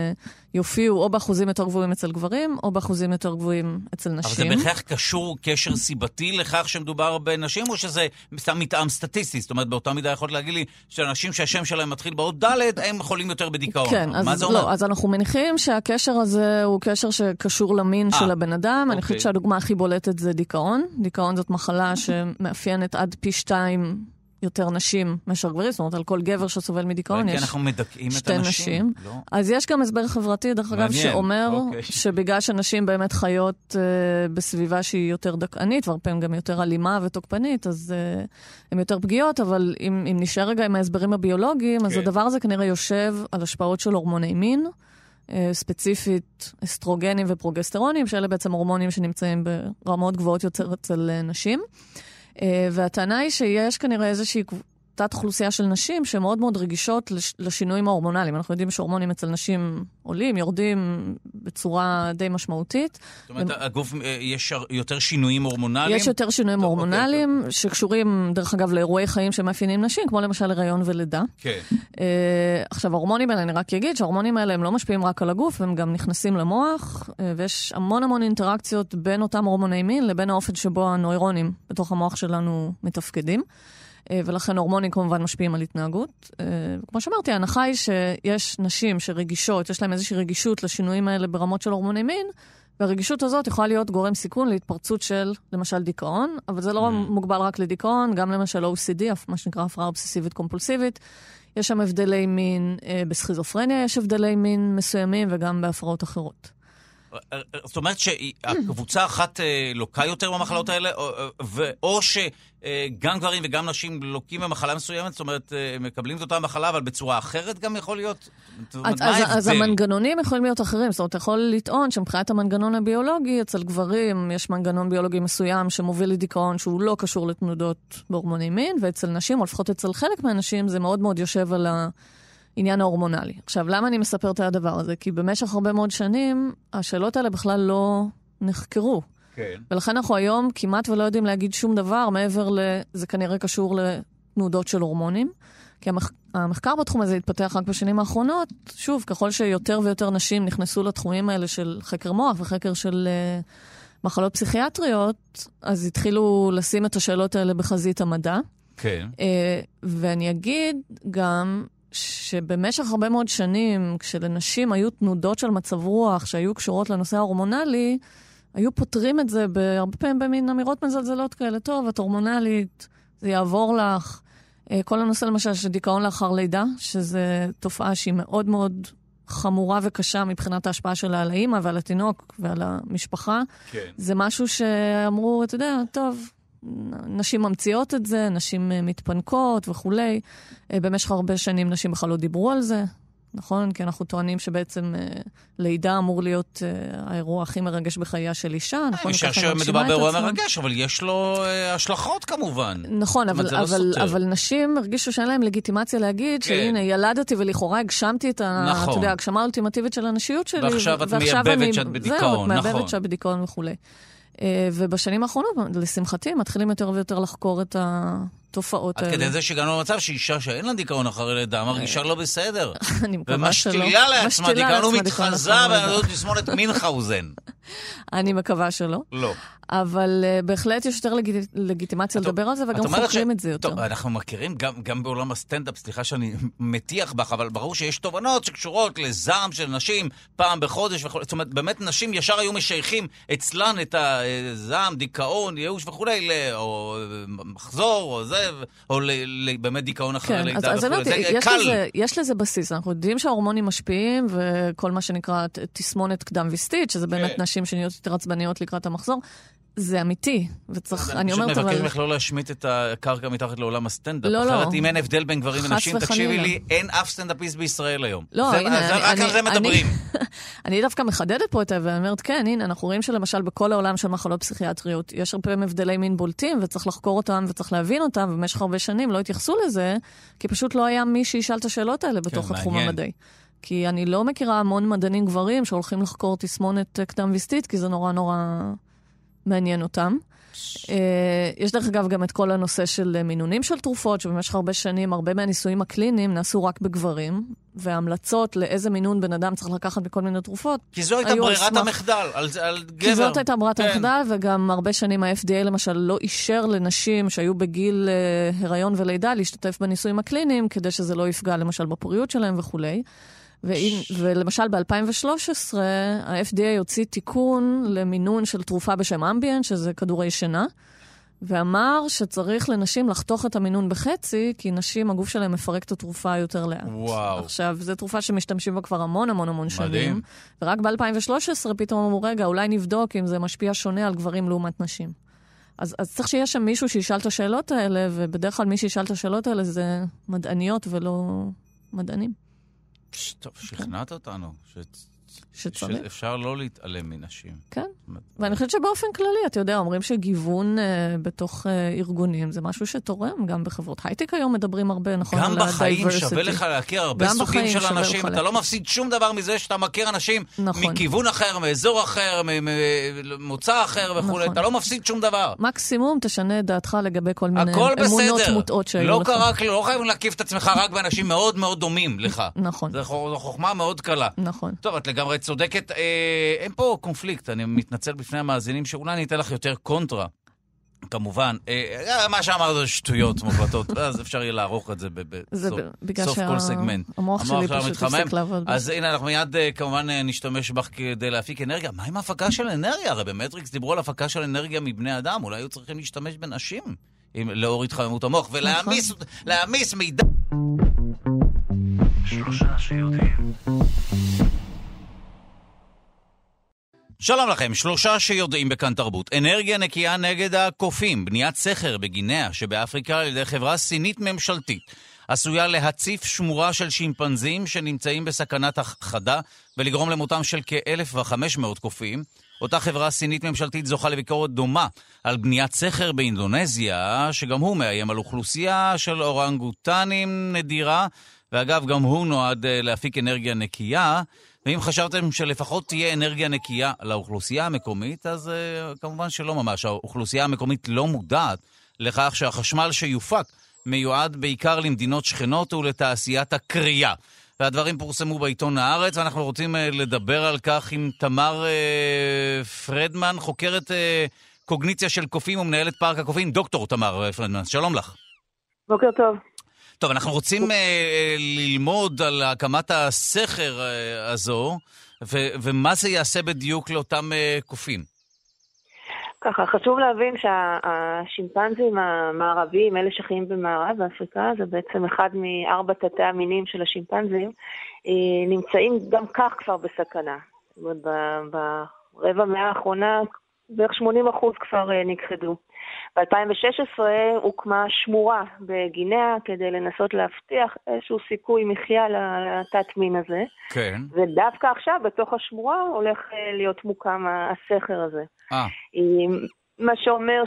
יופיעו או באחוזים יותר גבוהים אצל גברים, או באחוזים יותר גבוהים אצל נשים. אבל זה בכך קשור קשר סיבתי לכך שמדובר בנשים, או שזה סתם מתאם סטטיסטי? זאת אומרת, באותה מידה יכול להגיד לי שאנשים שהשם שלהם מתחיל באות ד' הם חולים יותר בדיכאון. כן, אז אנחנו מניחים שהקשר הזה הוא קשר שקשור למין של הבן אדם. אני חושבת שהדוגמה הכי בולטת זה דיכאון. דיכאון זאת מחלה שמאפיינת עד פי 2 יותר נשים מאשר גברים, זאת אומרת, על כל גבר שסובל מדיכאון יש שתי נשים. אז יש גם הסבר חברתי, דרך אגב, שאומר שבגלל שנשים באמת חיות בסביבה שהיא יותר דכאנית, והרפאים גם יותר אלימה ותוקפנית, אז הן יותר פגיעות, אבל אם נשאר רגע עם ההסברים הביולוגיים, אז הדבר הזה כנראה יושב על השפעות של הורמוני מין, ספציפית אסטרוגנים ופרוגסטרונים, שאלה בעצם הורמונים שנמצאים ברמות גבוהות יותר אצל נשים. והטענה היא שיש כנראה איזושהי תת אוכלוסייה של נשים שמאוד מאוד רגישות לשינויים ההורמונליים. אנחנו יודעים שהורמונים אצל נשים עולים, יורדים בצורה די משמעותית. זאת אומרת, הגוף, יש יותר שינויים הורמונליים? יש יותר שינויים הורמונליים שקשורים, דרך אגב, לאירועי חיים שמאפיינים נשים, כמו למשל הריון ולידה. כן. עכשיו, ההורמונים האלה, אני רק אגיד שההורמונים האלה הם לא משפיעים רק על הגוף, הם גם נכנסים למוח, ויש המון אינטראקציות בין אותם הורמוני מין לבין האופן שבו הנוירונים בתוך המוח שלנו מתפקדים. ולכן הורמונים כמובן משפיעים על התנהגות. כמו שאמרתי, ההנחה היא שיש נשים שרגישות, יש להן איזושהי רגישות לשינויים האלה ברמות של הורמוני מין, והרגישות הזאת יכולה להיות גורם סיכון להתפרצות של, למשל, דיכאון, אבל זה לא מוגבל רק לדיכאון, גם למשל OCD, מה שנקרא הפרעה אובססיבית קומפולסיבית. יש שם הבדלי מין, בסכיזופרניה יש הבדלי מין מסוימים, וגם בהפרעות אחרות. זאת אומרת שהקבוצה אחת לוקה יותר במחלות האלה, או שגם גברים וגם נשים לוקים במחלה מסוימת, זאת אומרת, מקבלים את אותה מחלה, אבל בצורה אחרת גם יכול להיות? אז המנגנונים יכולים להיות אחרים, זאת אומרת, אתה יכול לטעון שמבחינת המנגנון הביולוגי, אצל גברים יש מנגנון ביולוגי מסוים שמוביל לדיכאון שהוא לא קשור לתנודות בהורמוני מין, ואצל נשים, או לפחות אצל חלק מהנשים, זה מאוד מאוד יושב על העניין ההורמונלי. עכשיו, למה אני מספר את הדבר הזה? כי במשך הרבה מאוד שנים, השאלות האלה בכלל לא נחקרו. כן. ולכן אנחנו היום כמעט ולא יודעים להגיד שום דבר, מעבר זה כנראה קשור לתנודות של הורמונים. כי המחקר בתחום הזה התפתח רק בשנים האחרונות. שוב, ככל שיותר ויותר נשים נכנסו לתחומים האלה של חקר מוח וחקר של מחלות פסיכיאטריות, אז התחילו לשים את השאלות האלה בחזית המדע. כן. ואני אגיד גם שבמשך הרבה מאוד שנים, כשלנשים היו תנודות של מצב רוח שהיו קשורות לנושא ההורמונלי, היו פותרים את זה בהרבה פעמים במין אמירות מזלזלות כאלה. טוב, את הורמונלית, זה יעבור לך. כל הנושא למשל של דיכאון לאחר לידה, שזו תופעה שהיא מאוד מאוד חמורה וקשה מבחינת ההשפעה שלה על האמא ועל התינוק ועל המשפחה. כן. זה משהו שאמרו, אתה יודע, טוב, נשים ממציאות את זה, נשים מתפנקות וכולי. במשך הרבה שנים נשים בכלל לא דיברו על זה. נכון? כי אנחנו טוענים שבעצם לידה אמור להיות האירוע הכי מרגש בחייה של אישה. נכון, שמדובר באירוע מרגש, אבל יש לו השלכות כמובן. נכון, אבל נשים הרגישו שאין להם לגיטימציה להגיד שהנה, ילדתי ולכאורה הגשמתי את ההגשמה האולטימטיבית של הנשיות שלי. ועכשיו את מייבבת שאת בדיכאון. זהו, את מייבבת שאת בדיכאון וכולי. ובשנים האחרונות, לשמחתי, מתחילים יותר ויותר לחקור את התופעות האלה. עד כדי זה שהגענו למצב שאישה שאין לה דיכאון אחרי לידה, מרגישה לא בסדר. אני מקווה שלא. ומשתילה לעצמה דיכאון, הוא מתחזה ועוד תסמונת מינכהאוזן. אני מקווה שלא. לא. אבל בהחלט יש יותר לגיטימציה לדבר על זה, וגם חוקרים את זה יותר. טוב, אנחנו מכירים גם בעולם הסטנדאפ, סליחה שאני מטיח בך, אבל ברור שיש תובנות שקשורות לזעם של נשים פעם בחודש, זאת אומרת, באמת נשים ישר היו משייכים אצלן את הזעם, דיכאון, ייאוש וכולי, או מחזור, או זה, או באמת דיכאון אחרי לידה וכולי. זה קל. יש לזה בסיס, אנחנו יודעים שההורמונים משפיעים, וכל מה שנקרא תסמונת קדם וסתית, שזה באמת נשים שנהיות יותר עצבניות לקראת המחזור, זה אמיתי, וצריך, אני אומרת, אבל... אני פשוט מבקש לך לא להשמיט את הקרקע מתחת לעולם הסטנדאפ. לא, לא. אחרת, אם אין הבדל בין גברים ונשים, תקשיבי לי, אין אף סטנדאפיסט בישראל היום. לא, הנה, רק על זה מדברים. אני דווקא מחדדת פה את זה, ואני אומרת, כן, הנה, אנחנו רואים שלמשל בכל העולם של מחלות פסיכיאטריות, יש הרבה הבדלי מין בולטים, וצריך לחקור אותם, וצריך להבין אותם, ובמשך הרבה שנים לא התייחסו לזה, כי פשוט לא היה מי שישאל את השאלות האלה בתוך התחום המדעי. כי אני לא מכירה המון מדענים גברים שהולכים לחקור תסמונת קדם וסתית, כי זה נורא נורא מעניין אותם. יש דרך אגב גם את כל הנושא של מינונים של תרופות, שבמשך הרבה שנים, הרבה מהניסויים הקליניים נעשו רק בגברים, וההמלצות לאיזה מינון בן אדם צריך לקחת בכל מיני תרופות. כי זו הייתה ברירת המחדל, על גבר. כי זאת הייתה ברירת המחדל, וגם הרבה שנים ה-FDA למשל לא אישר לנשים שהיו בגיל הריון ולידה להשתתף בניסויים הקליניים, כדי שזה לא יפגע למשל בפוריות שלהם וכולי. ולמשל ב-2013 ה-FDA הוציא תיקון למינון של תרופה בשם אמביאנט, שזה כדורי שינה, ואמר שצריך לנשים לחתוך את המינון בחצי, כי נשים, הגוף שלהם מפרק את התרופה יותר לאט. וואו. עכשיו, זו תרופה שמשתמשים בה כבר המון המון המון שנים. מדהים. ורק ב-2013 פתאום אמרו, רגע, אולי נבדוק אם זה משפיע שונה על גברים לעומת נשים. אז צריך שיש שם מישהו שישאל את השאלות האלה, ובדרך כלל מי שישאל את השאלות האלה זה מדעניות ולא מדענים. טוב, שכנעת אותנו שצריך. שאפשר לא להתעלם מנשים. כן, ואני חושבת שבאופן כללי, אתה יודע, אומרים שגיוון בתוך ארגונים זה משהו שתורם, גם בחברות הייטק היום מדברים הרבה, נכון? גם בחיים שווה לך להכיר הרבה סוגים של אנשים, אתה לא מפסיד שום דבר מזה שאתה מכיר אנשים מכיוון אחר, מאזור אחר, ממוצא אחר וכו', אתה לא מפסיד שום דבר. מקסימום תשנה את דעתך לגבי כל מיני אמונות מוטעות שהיו לך. לא חייבים להקיף את עצמך רק באנשים מאוד מאוד דומים לך. נכון. זו חוכמה מאוד קלה. נכון. טוב, את לגמרי צודקת. אין פה קונפליקט, אני מתנצל בפני המאזינים שאולי אני אתן לך יותר קונטרה. כמובן, מה שאמרת זה שטויות מוחלטות, אז אפשר יהיה לערוך את זה בסוף כל סגמנט. המוח שלי פשוט תפסק לעבוד. אז הנה, אנחנו מיד כמובן נשתמש בך כדי להפיק אנרגיה. מה עם הפקה של אנרגיה? הרי במטריקס דיברו על הפקה של אנרגיה מבני אדם, אולי היו צריכים להשתמש בנשים לאור התחממות המוח, ולהעמיס מידע. שלושה שיודעים. שלום לכם, 3 שיודעים בכאן תרבות. אנרגיה נקייה נגד הקופים, בניית סכר בגינאה שבאפריקה על ידי חברה סינית ממשלתית. עשויה להציף שמורה של שימפנזים שנמצאים בסכנת החדה ולגרום למותם של כ-1,500 קופים. אותה חברה סינית ממשלתית זוכה לביקורת דומה על בניית סכר באינדונזיה, שגם הוא מאיים על אוכלוסייה של אורנגוטנים נדירה, ואגב גם הוא נועד להפיק אנרגיה נקייה. ואם חשבתם שלפחות תהיה אנרגיה נקייה לאוכלוסייה המקומית, אז כמובן שלא ממש. האוכלוסייה המקומית לא מודעת לכך שהחשמל שיופק מיועד בעיקר למדינות שכנות ולתעשיית הקריאה. והדברים פורסמו בעיתון הארץ, ואנחנו רוצים לדבר על כך עם תמר פרדמן, חוקרת קוגניציה של קופים ומנהלת פארק הקופים. דוקטור תמר פרדמן, שלום לך. בוקר טוב. טוב, אנחנו רוצים ללמוד על הקמת הסכר הזו, ומה זה יעשה בדיוק לאותם קופים. ככה, חשוב להבין שהשימפנזים המערביים, אלה שחיים במערב אפריקה, זה בעצם אחד מ4 תתי המינים של השימפנזים, נמצאים גם כך כבר בסכנה. זאת אומרת, ברבע מאה האחרונה, בערך 80% כבר נכחדו. ב-2016 הוקמה שמורה בגינאה כדי לנסות להבטיח איזשהו סיכוי מחיה לתת מין הזה. כן. ודווקא עכשיו, בתוך השמורה, הולך להיות מוקם הסכר הזה. מה שאומר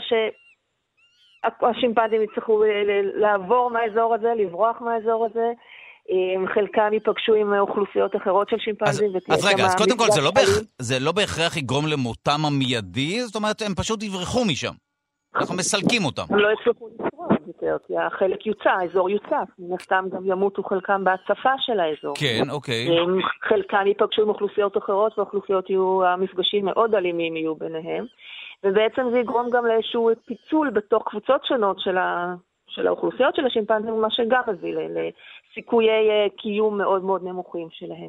שהשימפנזים יצטרכו לעבור מהאזור הזה, לברוח מהאזור הזה, חלקם ייפגשו עם אוכלוסיות אחרות של שימפנזים. אז רגע, אז קודם כל זה לא בהכרח יגרום למותם המיידי, זאת אומרת הם פשוט יברחו משם. אנחנו מסלקים אותם. הם לא יצטרכו לברוח יותר, כי החלק יוצא, האזור יוצא. מן הסתם גם ימותו חלקם בהצפה של האזור. כן, אוקיי. חלקם ייפגשו עם אוכלוסיות אחרות, והאוכלוסיות יהיו, המפגשים מאוד אלימים יהיו ביניהם. ובעצם זה יגרום גם לאיזשהו פיצול בתוך קבוצות שונות של האוכלוסיות של השימפנזים, מה שגם מביא לסיכויי קיום מאוד מאוד נמוכים שלהם.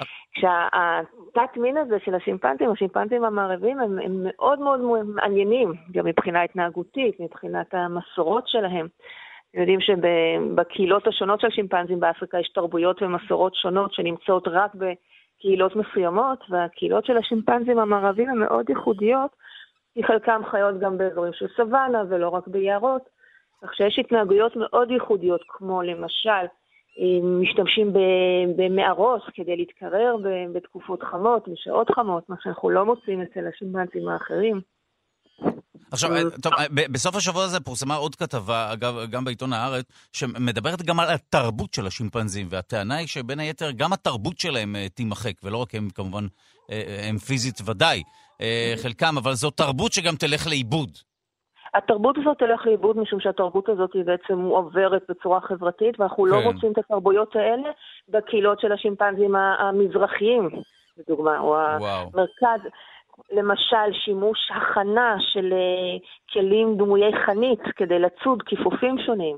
כשהתת מין הזה של השימפנזים המערבים, הם מאוד מאוד מעניינים, גם מבחינה התנהגותית, מבחינת המסורות שלהם. יודעים שבקהילות השונות של שימפנזים באפריקה יש תרבויות ומסורות שונות שנמצאות רק בקהילות מסוימות, והקהילות של השימפנזים המערבים הן מאוד ייחודיות, כי חלקם חיות גם באזורים של סוואנה ולא רק ביערות. כך שיש התנהגויות מאוד ייחודיות, כמו למשל, משתמשים במערות כדי להתקרר בתקופות חמות, בשעות חמות, מה שאנחנו לא מוצאים אצל השימפנזים האחרים. עכשיו, טוב, בסוף השבוע הזה פורסמה עוד כתבה, אגב, גם בעיתון הארץ, שמדברת גם על התרבות של השימפנזים, והטענה היא שבין היתר גם התרבות שלהם תימחק, ולא רק הם כמובן, הם פיזית ודאי, חלקם, אבל זו תרבות שגם תלך לאיבוד. התרבות הזאת תלך לאיבוד, משום שהתרבות הזאת היא בעצם עוברת בצורה חברתית, ואנחנו לא רוצים את התרבויות האלה בקהילות של השימפנזים המזרחיים, לדוגמה, או המרכז, למשל שימוש הכנה של כלים דמויי חנית כדי לצוד כיפופים שונים.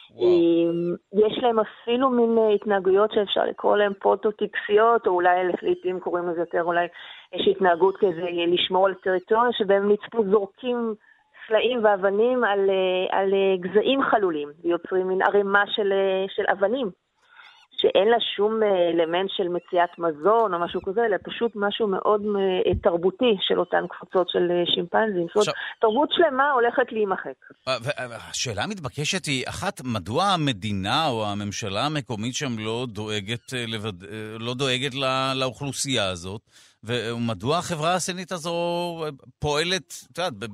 יש להם אפילו מין התנהגויות שאפשר לקרוא להם פרוטוטיקסיות, או אולי לעתים קוראים לזה יותר, אולי יש התנהגות כזה לשמור על טריטוריה, שבהם נצפו זורקים סלעים ואבנים על גזעים חלולים, ויוצרים מין ערימה של אבנים, שאין לה שום אלמנט של מציאת מזון או משהו כזה, אלא פשוט משהו מאוד תרבותי של אותן קבוצות של שימפנזים. זאת אומרת, תרבות שלמה הולכת להימחק. השאלה המתבקשת היא, אחת, מדוע המדינה או הממשלה המקומית שם לא דואגת לאוכלוסייה הזאת, ומדוע החברה הסינית הזו פועלת, אתה יודע,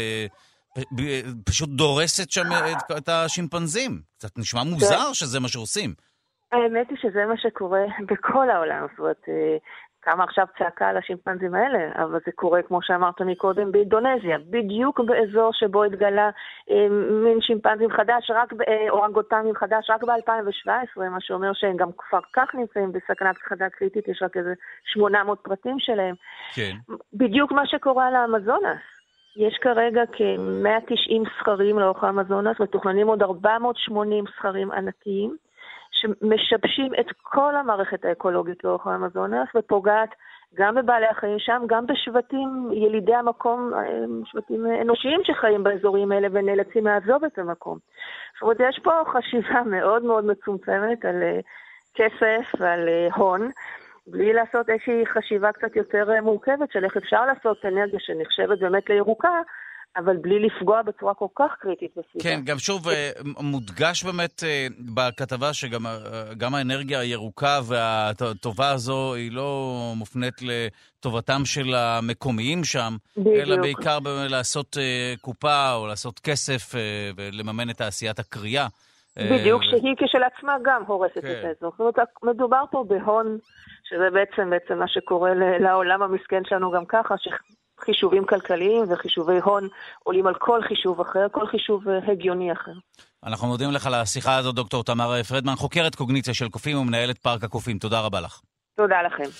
פשוט דורסת שם את השימפנזים? קצת נשמע מוזר שזה מה שעושים. האמת היא שזה מה שקורה בכל העולם, זאת אומרת, כמה עכשיו צעקה על השימפנזים האלה, אבל זה קורה, כמו שאמרת מקודם, באינדונזיה, בדיוק באזור שבו התגלה מין שימפנזים חדש, אורנגוטנים חדש, רק ב-2017, מה שאומר שהם גם כבר כך נמצאים בסכנת הכחדה קריטית, יש רק איזה 800 פרטים שלהם. כן. בדיוק מה שקורה על האמזונס. יש כרגע כ-190 סכרים לאורך האמזונס, מתוכננים עוד 480 סכרים ענקיים, שמשבשים את כל המערכת האקולוגית לאורך האמזונס, ופוגעת גם בבעלי החיים שם, גם בשבטים ילידי המקום, שבטים אנושיים שחיים באזורים האלה ונאלצים לעזוב את המקום. זאת אומרת, יש פה חשיבה מאוד מאוד מצומצמת על כסף ועל הון, בלי לעשות איזושהי חשיבה קצת יותר מורכבת של איך אפשר לעשות אנרגיה שנחשבת באמת לירוקה, אבל בלי לפגוע בצורה כל כך קריטית בסביבה. כן, גם שוב מודגש באמת בכתבה שגם האנרגיה הירוקה והטובה הזו היא לא מופנית לטובתם של המקומיים שם, אלא בעיקר לעשות קופה או לעשות כסף ולממן את תעשיית הקריאה. בדיוק, שהיא כשלעצמה גם הורסת את האזור. זאת אומרת, מדובר פה בהון, שזה בעצם מה שקורה לעולם המסכן שלנו גם ככה, חישובים כלכליים וחישובי הון עולים על כל חישוב אחר, כל חישוב הגיוני אחר. אנחנו מודים לך על השיחה הזאת, דוקטור תמר פרדמן, חוקרת קוגניציה של קופים ומנהלת פארק הקופים. תודה רבה לך. תודה לכם.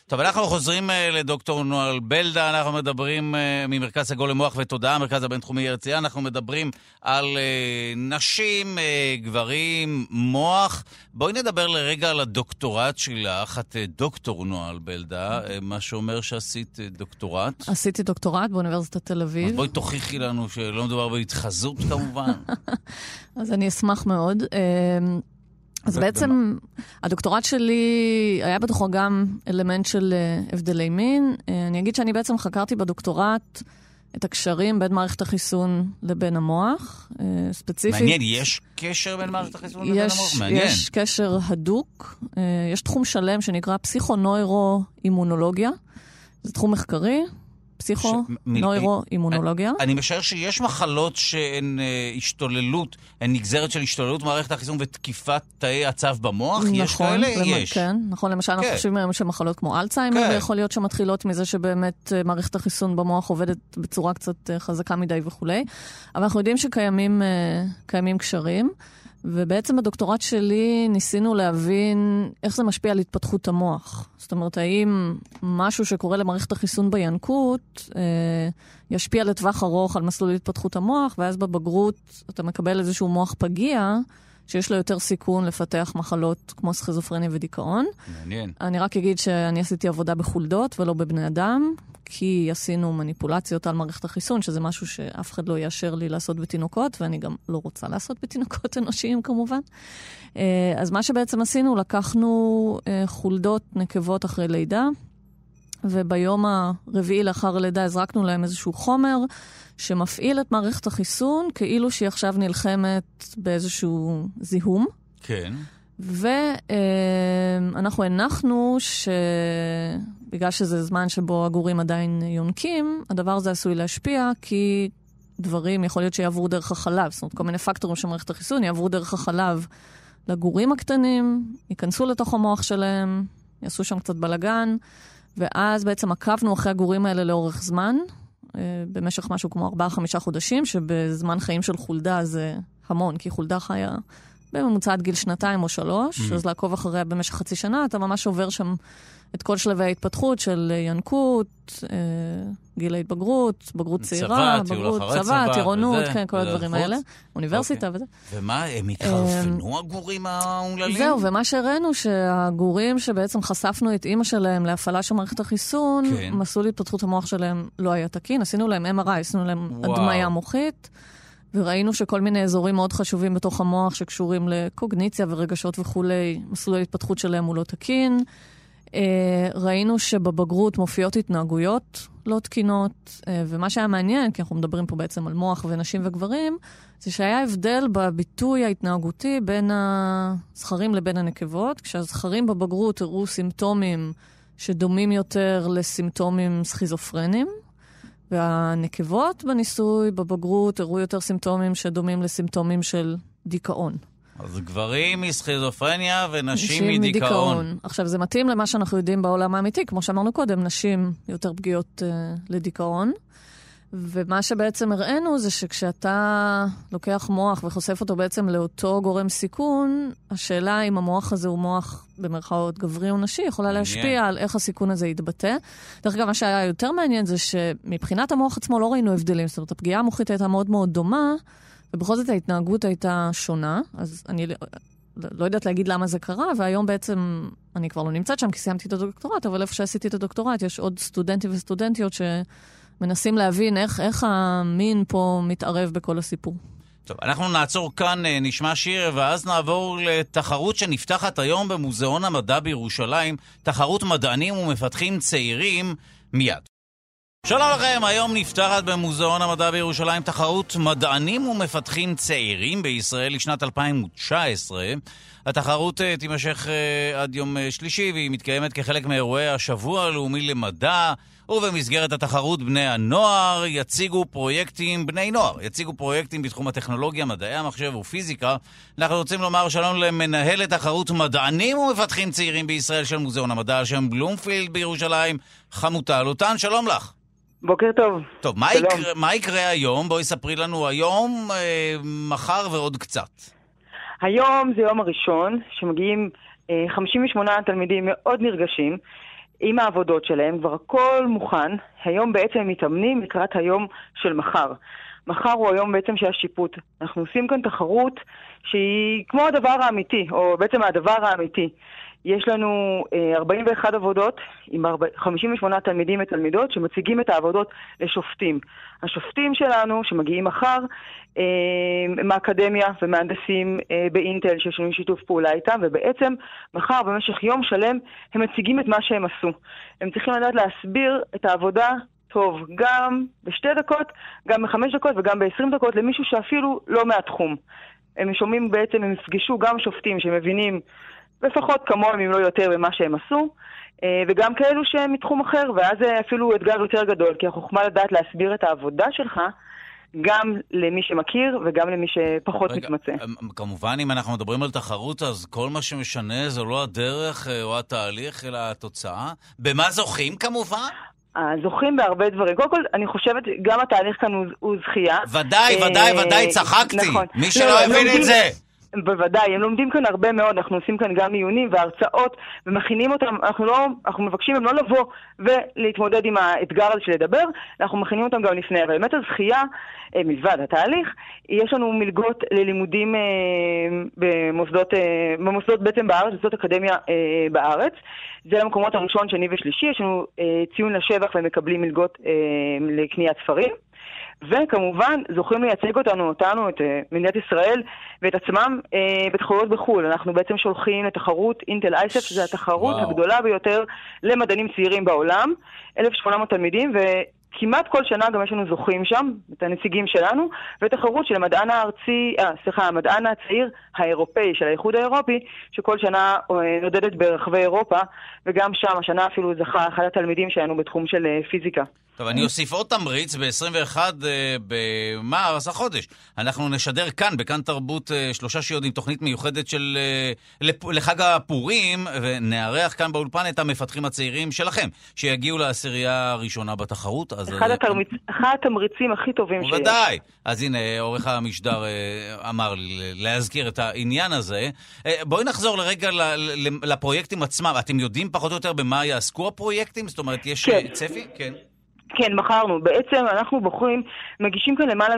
טוב, אנחנו חוזרים לדוקטור נועל בלדה, אנחנו מדברים ממרכז סגול למוח ותודעה, מרכז הבינתחומי הרצליה, אנחנו מדברים על נשים, גברים, מוח. בואי נדבר לרגע על הדוקטורט שלך, את דוקטור נועל בלדה, מה שאומר שעשית דוקטורט. עשיתי דוקטורט באוניברסיטת תל אביב. אז בואי תוכיחי לנו שלא מדובר בהתחזות כמובן. אז אני אשמח מאוד. אז בעצם הדוקטורט שלי היה בתוכו גם אלמנט של הבדלי מין. אני אגיד שאני בעצם חקרתי בדוקטורט את הקשרים בין מערכת החיסון לבין המוח. ספציפית... מעניין, יש קשר בין מערכת החיסון לבין המוח? מעניין. יש קשר הדוק. יש תחום שלם שנקרא פסיכונוירו-אימונולוגיה. זה תחום מחקרי. פסיכו-נוירו-אימונולוגיה. אני משער שיש מחלות שהן השתוללות, הן נגזרת של השתוללות מערכת החיסון ותקיפת תאי הצו במוח? יש כאלה? יש. כן, נכון. למשל, אנחנו חושבים היום שמחלות כמו אלצהיימר, ויכול להיות שמתחילות מזה שבאמת מערכת החיסון במוח עובדת בצורה קצת חזקה מדי וכו'. אבל אנחנו יודעים שקיימים קשרים, ובעצם בדוקטורט שלי ניסינו להבין איך זה משפיע על התפתחות המוח. זאת אומרת, האם משהו שקורה למערכת החיסון בינקות ישפיע לטווח ארוך על מסלול התפתחות המוח, ואז בבגרות אתה מקבל איזשהו מוח פגיע, שיש לו יותר סיכון לפתח מחלות כמו סכיזופרניה ודיכאון. מעניין. אני רק אגיד שאני עשיתי עבודה בחולדות ולא בבני אדם, כי עשינו מניפולציות על מערכת החיסון, שזה משהו שאף אחד לא יאשר לי לעשות בתינוקות, ואני גם לא רוצה לעשות בתינוקות אנושיים כמובן. אז מה שבעצם עשינו, לקחנו חולדות נקבות אחרי לידה, וביום הרביעי לאחר הלידה הזרקנו להם איזשהו חומר, שמפעיל את מערכת החיסון, כאילו שהיא עכשיו נלחמת באיזשהו זיהום. כן. ואנחנו הנחנו שבגלל שזה זמן שבו הגורים עדיין יונקים, הדבר הזה עשוי להשפיע, כי דברים יכול להיות שיעברו דרך החלב. זאת אומרת, כל מיני פקטורים של מערכת החיסון יעברו דרך החלב לגורים הקטנים, ייכנסו לתוך המוח שלהם, יעשו שם קצת בלגן, ואז בעצם עקבנו אחרי הגורים האלה לאורך זמן, במשך משהו כמו 4-5 חודשים, שבזמן חיים של חולדה זה המון, כי חולדה חיה בממוצע עד גיל 2 או 3, אז לעקוב אחריה במשך חצי שנה, אתה ממש עובר שם את כל שלבי ההתפתחות של ינקות, גיל ההתבגרות, בגרות צעירה, בגרות צבא, טירונות, כן, כל הדברים האלה, אוניברסיטה וזה. ומה, הם התחרפנו הגורים האומללים? זהו, ומה שהראינו שהגורים שבעצם חשפנו את אימא שלהם להפעלה של מערכת החיסון, מסלול התפתחות המוח שלהם לא היה תקין, עשינו להם MRI, עשינו להם הדמיה מוחית, וראינו שכל מיני אזורים מאוד חשובים בתוך המוח שקשורים לקוגניציה ורגשות וכולי, מסלול ההתפתחות שלהם הוא לא תקין. ראינו שבבגרות מופיעות התנהגויות לא תקינות, ומה שהיה מעניין, כי אנחנו מדברים פה בעצם על מוח ונשים וגברים, זה שהיה הבדל בביטוי ההתנהגותי בין הזכרים לבין הנקבות, כשהזכרים בבגרות הראו סימפטומים שדומים יותר לסימפטומים סכיזופרנים, והנקבות בניסוי בבגרות הראו יותר סימפטומים שדומים לסימפטומים של דיכאון. אז גברים מסכיזופרניה ונשים מדיכאון. עכשיו, זה מתאים למה שאנחנו יודעים בעולם האמיתי. כמו שאמרנו קודם, נשים יותר פגיעות לדיכאון. ומה שבעצם הראינו זה שכשאתה לוקח מוח וחושף אותו בעצם לאותו גורם סיכון, השאלה אם המוח הזה הוא מוח במרכאות גברי או נשי, יכולה להשפיע על איך הסיכון הזה יתבטא. דרך אגב, מה שהיה יותר מעניין זה שמבחינת המוח עצמו לא ראינו הבדלים. זאת אומרת, הפגיעה המוחית הייתה מאוד מאוד דומה, ובכל זאת ההתנהגות הייתה שונה, אז אני לא יודעת להגיד למה זה קרה, והיום בעצם אני כבר לא נמצאת שם כי סיימתי את הדוקטורט, אבל איפה שעשיתי את הדוקטורט יש עוד סטודנטים וסטודנטיות שמנסים להבין איך המין פה מתערב בכל הסיפור. טוב, אנחנו נעצור כאן, נשמע שיר, ואז נעבור לתחרות שנפתחת היום במוזיאון המדע בירושלים, תחרות מדענים ומפתחים צעירים מיד. שלום לכם, היום נפתחת במוזיאון המדע בירושלים תחרות מדענים ומפתחים צעירים בישראל לשנת 2019. התחרות תימשך עד יום שלישי והיא מתקיימת כחלק מאירועי השבוע הלאומי למדע, ובמסגרת התחרות בני הנוער יציגו פרויקטים, בני נוער יציגו פרויקטים בתחום הטכנולוגיה, מדעי המחשב ופיזיקה. אנחנו רוצים לומר שלום למנהלת תחרות מדענים ומפתחים צעירים בישראל של מוזיאון המדע על שם בלומפילד בירושלים, חמוטל לוטן, שלום לך. בוקר טוב. טוב, מה יקרה היום? בואי ספרי לנו היום, מחר ועוד קצת. היום זה יום הראשון, שמגיעים 58 תלמידים מאוד נרגשים, עם העבודות שלהם, כבר הכל מוכן. היום בעצם הם מתאמנים לקראת היום של מחר. מחר הוא היום בעצם של השיפוט. אנחנו עושים כאן תחרות שהיא כמו הדבר האמיתי, או בעצם הדבר האמיתי. יש לנו 41 עבודות עם 58 תלמידים ותלמידות שמציגים את העבודות לשופטים. השופטים שלנו שמגיעים מחר מהאקדמיה ומהנדסים באינטל שיש לנו שיתוף פעולה איתם, ובעצם מחר במשך יום שלם הם מציגים את מה שהם עשו. הם צריכים לדעת להסביר את העבודה טוב, גם ב2 דקות, גם ב5 דקות וגם ב20 דקות למישהו שאפילו לא מהתחום. הם שומעים בעצם, הם יפגשו גם שופטים שמבינים לפחות כמוהם אם לא יותר במה שהם עשו, וגם כאלו שהם מתחום אחר, ואז זה אפילו אתגר יותר גדול, כי החוכמה לדעת להסביר את העבודה שלך גם למי שמכיר וגם למי שפחות מתמצא. כמובן, אם אנחנו מדברים על תחרות, אז כל מה שמשנה זה לא הדרך או התהליך, אלא התוצאה. במה זוכים כמובן? זוכים בהרבה דברים. קודם כל, אני חושבת, גם התהליך כאן הוא זכייה. ודאי, צחקתי. נכון. מי שלא הבין את זה. בוודאי, הם לומדים כאן הרבה מאוד, אנחנו עושים כאן גם עיונים והרצאות ומכינים אותם, אנחנו מבקשים הם לא לבוא ולהתמודד עם האתגר הזה של לדבר, אנחנו מכינים אותם גם לפני, אבל באמת הזכייה, מלבד התהליך, יש לנו מלגות ללימודים במוסדות בעצם בארץ, זאת אקדמיה בארץ, זה למקומות הראשון, שני ושלישי, יש לנו ציון לשבח ומקבלים מלגות לקניית ספרים, וכמובן זוכים לייצג אותנו, את מדינת ישראל ואת עצמם בתחרויות בחו"ל. אנחנו בעצם שולחים לתחרות אינטל אייסף, שזו התחרות הגדולה ביותר למדענים צעירים בעולם, 1,800 תלמידים, וכמעט כל שנה גם יש לנו זוכים שם, את הנציגים שלנו, ותחרות של המדען הצעיר האירופאי של האיחוד האירופי, שכל שנה נודדת ברחבי אירופה, וגם שם השנה אפילו זכה אחד התלמידים שלנו בתחום של פיזיקה. טוב, אני אוסיף עוד תמריץ, ב-21 במרס החודש. אנחנו נשדר כאן, בכאן תרבות, 3 שיעורים עם תוכנית מיוחדת לחג הפורים, ונארח כאן באולפן את המפתחים הצעירים שלכם, שיגיעו לעשירייה הראשונה בתחרות. אחד התמריצים הכי טובים שיש. ודאי. אז הנה, עורך המשדר אמר לי להזכיר את העניין הזה. בואי נחזור לרגע לפרויקטים עצמם. אתם יודעים פחות או יותר במה יעסקו הפרויקטים? זאת אומרת, יש צפי? כן. כן, בחרנו. בעצם אנחנו בוחרים, מגישים כאן למעלה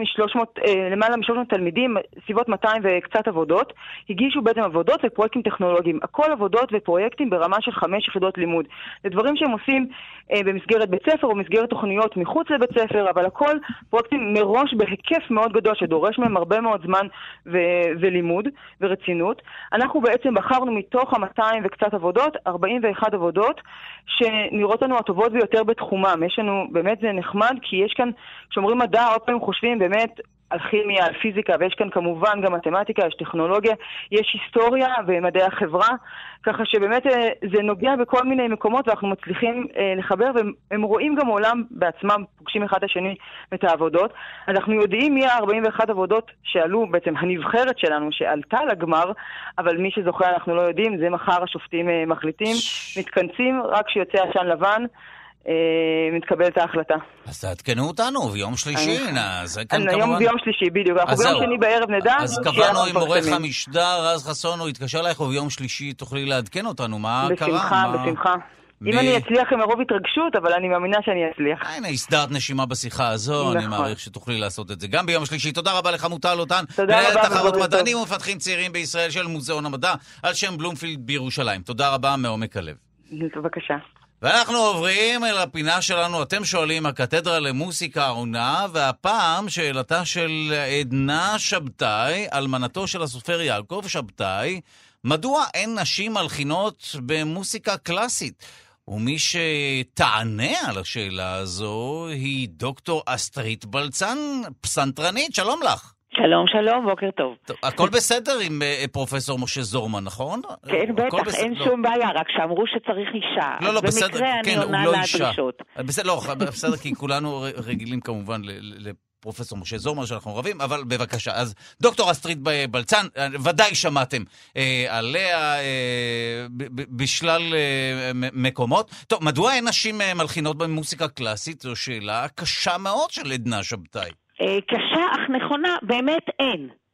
מ-300 תלמידים, סביבות 200 וקצת עבודות. הגישו בעצם עבודות ופרויקטים טכנולוגיים. הכל עבודות ופרויקטים ברמה של 5 יחידות לימוד. זה דברים שהם עושים במסגרת בית ספר או מסגרת תוכניות מחוץ לבית ספר, אבל הכל פרויקטים מראש בהיקף מאוד גדול שדורש מהם הרבה מאוד זמן ולימוד ורצינות. אנחנו בעצם בחרנו מתוך 200 וקצת עבודות, 41 עבודות שנראות לנו הטובות ביותר בתחומם. יש לנו, באמת זה נחמד, כי יש כאן, כשאומרים מדע, הרבה פעמים חושבים באמת על כימיה, על פיזיקה, ויש כאן כמובן גם מתמטיקה, יש טכנולוגיה, יש היסטוריה ומדעי החברה, ככה שבאמת זה נוגע בכל מיני מקומות, ואנחנו מצליחים לחבר, והם רואים גם עולם בעצמם, פוגשים אחד השני את העבודות. אנחנו יודעים מי ה-41 עבודות שעלו, בעצם הנבחרת שלנו שעלתה לגמר, אבל מי שזוכה אנחנו לא יודעים, זה מחר השופטים מחליטים, מתכנסים, רק כשיוצא עשן לבן, מתקבלת ההחלטה. אז תעדכנו אותנו ביום שלישי. ביום שלישי, בדיוק. אנחנו ביום שני בערב נדע. אז קבענו עם עורך המשדר, רז חסון, הוא התקשר לך, וביום שלישי תוכלי לעדכן אותנו. מה קרה? בשמחה. אם אני אצליח עם הרוב התרגשות, אבל אני מאמינה שאני אצליח. הנה, הסדרת נשימה בשיחה הזו, אני מעריך שתוכלי לעשות את זה. גם ביום שלישי. תודה רבה לך מוטל אותן. תודה רבה. תחרות מדענים ומפתחים צעירים בישראל של מוזיאון המדע, על שם בלומפילד בירושלים. תודה רבה מעומק הלב. בבקשה. ואנחנו עוברים אל הפינה שלנו, אתם שואלים, הקתדרה למוסיקה העונה, והפעם שאלתה של עדנה שבתאי, אלמנתו של הסופר יעקב שבתאי, מדוע אין נשים מלחינות במוסיקה קלאסית? ומי שתענה על השאלה הזו היא דוקטור אסטרית בלצן, פסנתרנית, שלום לך. שלום, שלום, בוקר טוב. הכל בסדר עם פרופסור משה זורמן, נכון? כן, בטח, אין שום בעיה, רק שאמרו שצריך אישה. לא, בסדר, כן, הוא לא אישה. בסדר, כי כולנו רגילים כמובן לפרופסור משה זורמן שאנחנו רבים, אבל בבקשה, אז דוקטור אסטרית בלצן, ודאי שמעתם עליה בשלל מקומות. טוב, מדוע אין נשים מלחינות במוסיקה קלאסית? זו שאלה קשה מאוד של עדנה שבתאי. קשה אך נכונה, באמת אין.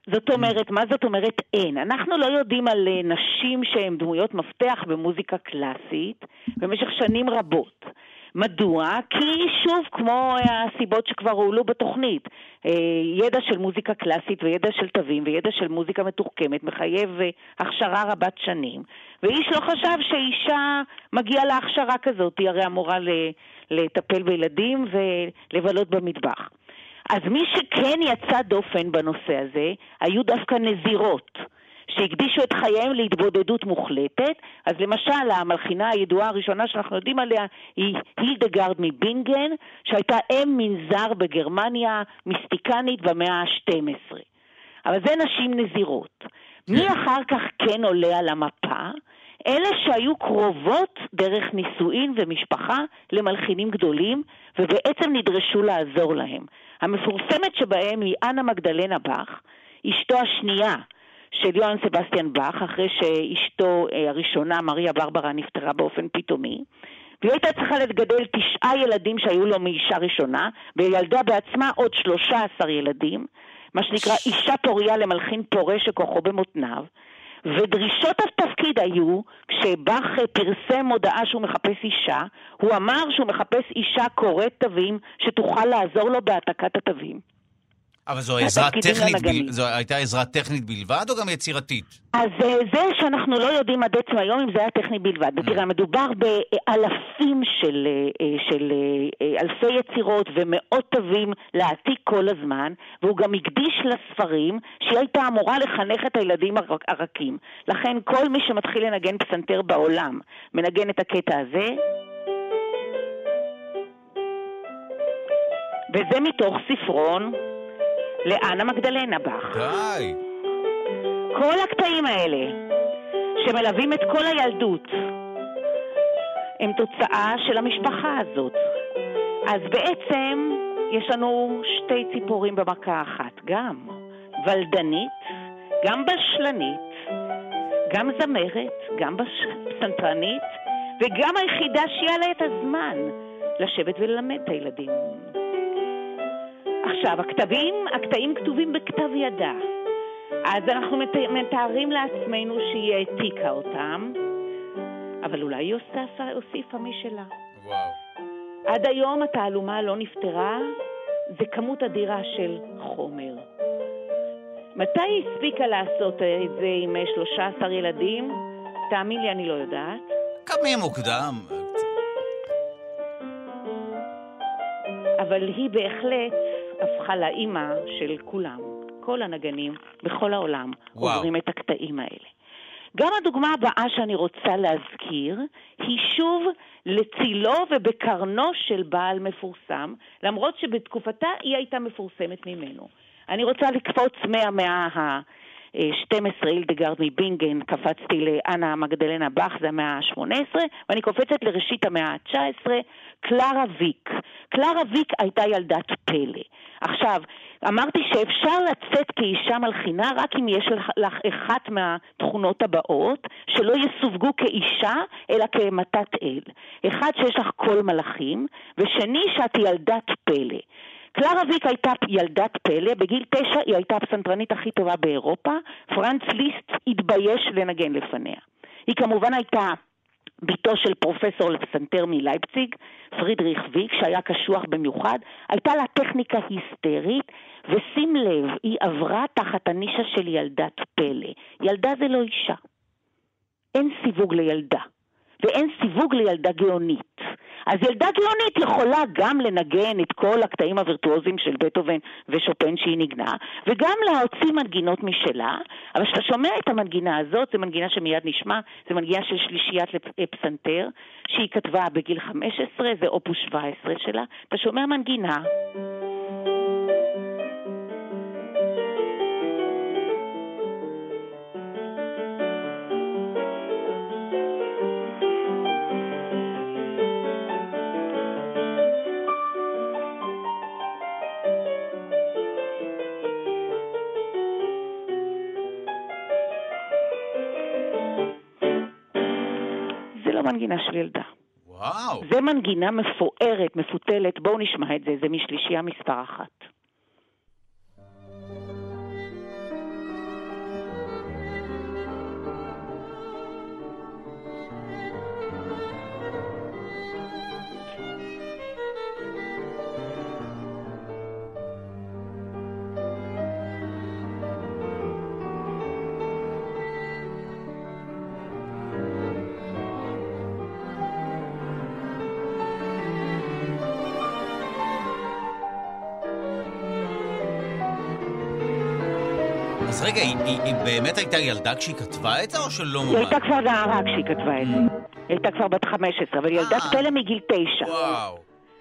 זאת אומרת, מה זאת אומרת אין? אנחנו לא יודעים על נשים שהן דמויות מפתח במוזיקה קלאסית במשך שנים רבות. מדוע? כי שוב, כמו הסיבות שכבר הועלו בתוכנית, ידע של מוזיקה קלאסית וידע של תווים וידע של מוזיקה מתוחכמת מחייב הכשרה רבת שנים, ואיש לא חשב שאישה מגיעה להכשרה כזאת, היא הרי אמורה לטפל בילדים ולבלות במטבח. אז מי שכן יצא דופן בנושא הזה, היו דווקא נזירות, שהקדישו את חייהם להתבודדות מוחלטת. אז למשל, המלחינה הידועה הראשונה שאנחנו יודעים עליה היא הילדגרד מבינגן, שהייתה אם מנזר בגרמניה, מיסטיקנית במאה ה-12. אבל זה נשים נזירות. מי אחר כך כן עולה על המפה? אלה שהיו קרובות דרך נישואין ומשפחה למלחינים גדולים, ובעצם נדרשו לעזור להם. המפורסמת שבהם היא אנה מגדלנה באך, אשתו השנייה של יוהאן סבסטיאן באך, אחרי שאשתו הראשונה, מריה ברברה, נפטרה באופן פתאומי, והיא הייתה צריכה לגדל 9 ילדים שהיו לו מאישה ראשונה, וילדה בעצמה עוד 13 ילדים, מה שנקרא אישה פוריה למלחין פורה שכוחו במותניו. ודרישות התפקיד היו, כשבאך פרסם הודעה שהוא מחפש אישה, הוא אמר שהוא מחפש אישה קוראת תווים שתוכל לעזור לו בהעתקת התווים. אבל זו הייתה עזרה טכנית בלבד או גם יצירתית? אז זה שאנחנו לא יודעים עד עצם היום אם זה היה טכני בלבד. תראה, מדובר באלפים של אלפי יצירות ומאות תווים להעתיק כל הזמן, והוא גם הקדיש לספרים שהיא הייתה אמורה לחנך את הילדים הרכים. לכן כל מי שמתחיל לנגן פסנתר בעולם מנגן את הקטע הזה, וזה מתוך ספרון לאנה מגדלנה באך. די. כל הקטעים האלה שמלווים את כל הילדות הם תוצאה של המשפחה הזאת. אז בעצם יש לנו 2 ציפורים במכה אחת, גם ולדנית, גם בשלנית, גם זמרת, גם פסנתרנית, וגם היחידה שיהיה לה את הזמן לשבת וללמד את הילדים. עכשיו, הקטעים כתובים בכתב ידה. אז אנחנו מתארים לעצמנו שהיא העתיקה אותם, אבל אולי היא הוסיפה משלה. וואו. עד היום התעלומה לא נפתרה, זה כמות אדירה של חומר. מתי היא הספיקה לעשות את זה עם 13 ילדים? תאמין לי, אני לא יודעת. קמים מוקדם. אבל היא בהחלט הפכה לאימא של כולם. כל הנגנים בכל העולם עוברים את הקטעים האלה. גם הדוגמה הבאה שאני רוצה להזכיר היא שוב לצילו ובקרנו של בעל מפורסם, למרות שבתקופתה היא הייתה מפורסמת ממנו. אני רוצה לקפוץ מהמאה ה-12, הילדגרד מבינגן, קפצתי לאנה מגדלנה באך, זה המאה ה-18, ואני קופצת לראשית המאה ה-19, קלרה ויק. קלרה ויק הייתה ילדת פלא. עכשיו, אמרתי שאפשר לצאת כאישה מלחינה רק אם יש לך אחת מהתכונות הבאות, שלא יסווגו כאישה, אלא כמתת אל. אחד שיש לך כל מלאכים, ושני שאת ילדת פלא. קלרה ויק הייתה ילדת פלא, בגיל 9 היא הייתה הפסנתרנית הכי טובה באירופה, פרנץ ליסט התבייש לנגן לפניה. היא כמובן הייתה ביתו של פרופסור לפסנתר מלייפציג, פרידריך ויק, שהיה קשוח במיוחד, הייתה לה טכניקה היסטרית, ושים לב, היא עברה תחת הנישה של ילדת פלא. ילדה זה לא אישה. אין סיווג לילדה, ואין סיווג לילדה גאונית. אז ילדה גאונית יכולה גם לנגן את כל הקטעים הווירטואוזיים של בטהובן ושופן שהיא נגנה, וגם להוציא מנגינות משלה, אבל כשאתה שומע את המנגינה הזאת, זה מנגינה שמיד נשמע, זה מנגינה של שלישיית פסנתר, שהיא כתבה בגיל 15, זה אופוס 17 שלה, אתה שומע מנגינה, מנגינה של ילדה. וואו. זה מנגינה מפוארת, מפותלת. בואו נשמע את זה, זה משלישייה מספר 1. אז רגע, היא באמת הייתה ילדה כשהיא כתבה את זה או שלא ממש? היא הייתה כבר נערה כשהיא כתבה את זה. היא הייתה כבר בת 15, אבל ילדת פלא מגיל 9. וואו.